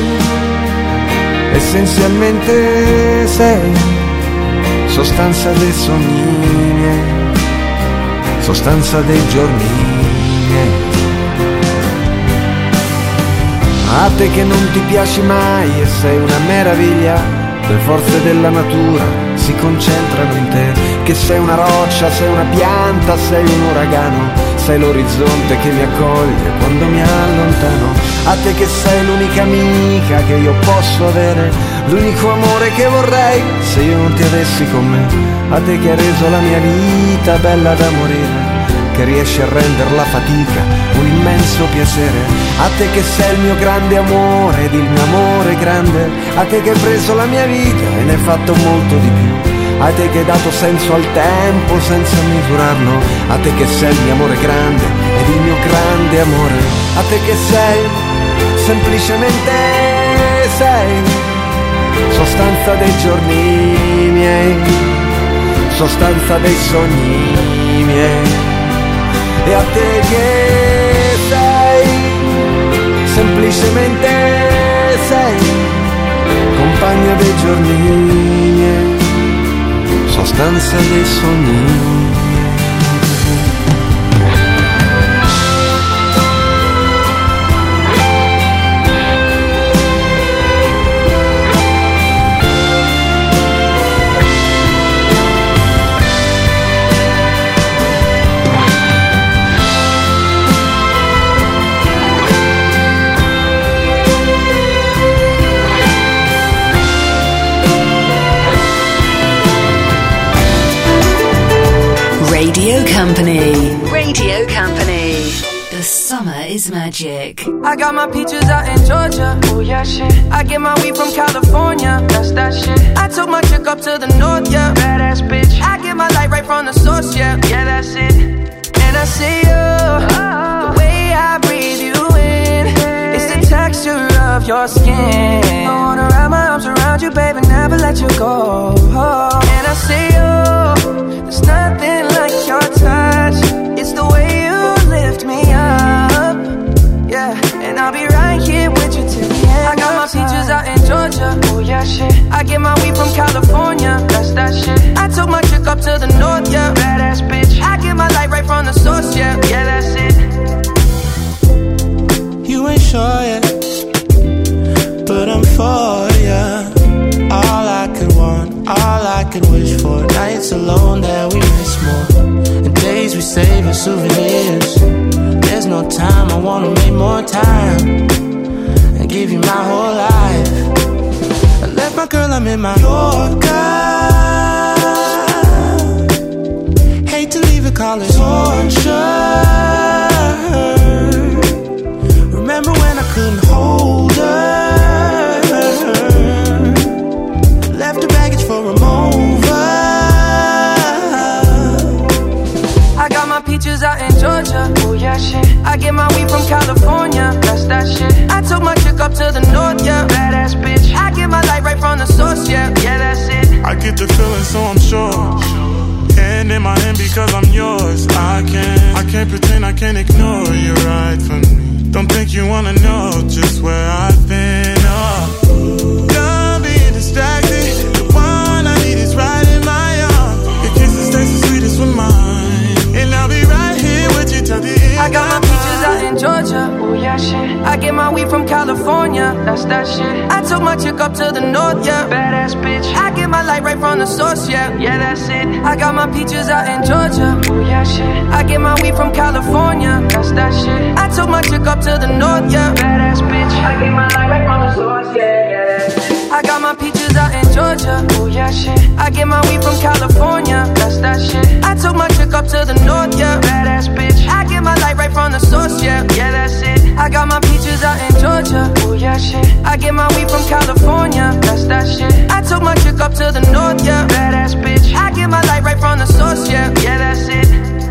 essenzialmente sei, sostanza dei sogni miei, sostanza dei giorni miei, a te che non ti piaci mai e sei una meraviglia, le forze della natura si concentrano in te, che sei una roccia, sei una pianta, sei un uragano, sei l'orizzonte che mi accoglie quando mi allontano, a te che sei l'unica amica che io posso avere, l'unico amore che vorrei se io non ti avessi con me, a te che hai reso la mia vita bella da morire, che riesci a rendere la fatica un immenso piacere, a te che sei il mio grande amore ed il mio amore grande, a te che hai preso la mia vita e ne hai fatto molto di più, a te che hai dato senso al tempo senza misurarlo, a te che sei il mio amore grande ed il mio grande amore, a te che sei, semplicemente sei, sostanza dei giorni miei, sostanza dei sogni miei, e a te che sei, semplicemente sei, compagno dei giorni miei, sostanza dei sogni. Radio Company. Radio Company. The summer is magic. I got my peaches out in Georgia. Oh yeah, shit. I get my weed from California. That's that shit. I took my chick up to the north, yeah. Badass bitch. I get my light right from the source, yeah. Yeah, that's it. And I see you, oh. The way I breathe you in, hey. It's the texture of your skin. I wanna wrap my arms around you, baby, never let you go. Oh. And I see you, there's nothing like your touch. It's the way you lift me up, yeah. And I'll be right here with you till the end. I got my peaches out in Georgia, oh yeah, shit. I get my weed from California, that's that shit. I took my chick up to the north, yeah. Badass bitch. I get my light right from the source, yeah. Yeah, that's it. You ain't sure yet, but I'm for ya. All I could want, all I could wish for. Nights alone that we miss more, and days we save as souvenirs. There's no time, I wanna make more time and give you my whole life. I left my girl, I'm in my Yorker. Hate to leave it, call it torture. Remember when I couldn't hold her? Left her baggage for a mover. I got my peaches out in Georgia, oh yeah, shit. I get my weed from California, that's that shit. I took my chick up to the north, yeah. Badass bitch. I get my light right from the source, yeah. Yeah, that's it. I get the feeling, so I'm sure. Hand in my hand because I'm yours. I can't, I can't pretend, I can't ignore you right from me. Don't think you wanna know just where I've been. Oh, done being distracted. The one I need is right in my arms. Your kisses taste the sweetest with mine, and I'll be right here with you till the end. I got my peaches out in in Georgia. Oh yeah, shit. I get my weed from California. That's that shit. I took my chick up to the north, yeah. Badass bitch. I get my light right from the source, yeah. Yeah, that's it. I got my peaches out in Georgia. Oh yeah, shit. I get my weed from California. That's that shit. I took my chick up to the north, yeah. Badass bitch. I get my light right from the source, yeah. Yeah, that's it. I got my peaches out in Georgia. Oh yeah, shit. I get my weed from California. That's that shit. I took my chick up to the north, yeah. Badass bitch. I get my light right from the source, yeah. Yeah, that's it. I got my peaches out in Georgia. Oh yeah, shit. I get my weed from California. That's that shit. I took my chick up to the north, yeah. Badass bitch. I get my light right from the source, yeah. Yeah, that's it.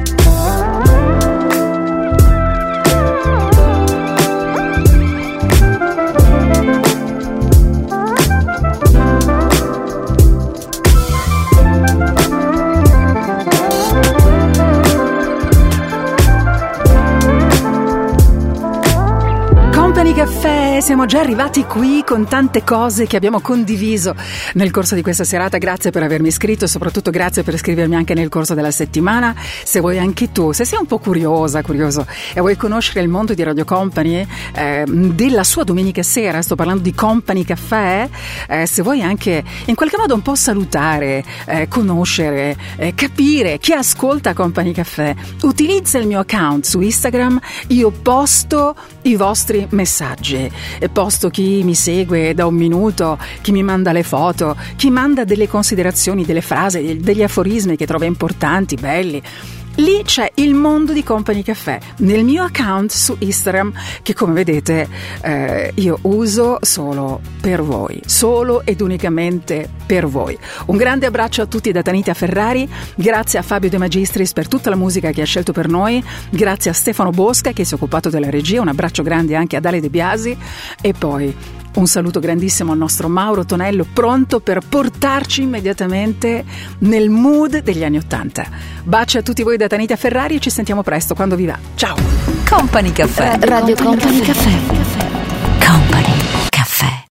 Company Caffè, siamo già arrivati qui con tante cose che abbiamo condiviso nel corso di questa serata. Grazie per avermi iscritto e soprattutto grazie per iscrivermi anche nel corso della settimana. Se vuoi anche tu, se sei un po' curiosa, curioso e vuoi conoscere il mondo di Radio Company, eh, della sua domenica sera, sto parlando di Company Caffè, eh, se vuoi anche in qualche modo un po' salutare, eh, conoscere, eh, capire chi ascolta Company Caffè, utilizza il mio account su Instagram. Io posto i vostri messaggi e posto chi mi segue da un minuto, chi mi manda le foto, chi manda delle considerazioni, delle frasi, degli aforismi che trova importanti, belli. Lì c'è il mondo di Company Caffè nel mio account su Instagram, che come vedete eh, io uso solo per voi, solo ed unicamente per voi. Un grande abbraccio a tutti da Tanita Ferrari, grazie a Fabio De Magistris per tutta la musica che ha scelto per noi, grazie a Stefano Bosca che si è occupato della regia, un abbraccio grande anche a Dale De Biasi e poi un saluto grandissimo al nostro Mauro Tonello, pronto per portarci immediatamente nel mood degli anni Ottanta. Baci a tutti voi da Tanita Ferrari e ci sentiamo presto quando vi va. Ciao! Company Caffè. Radio Company Caffè.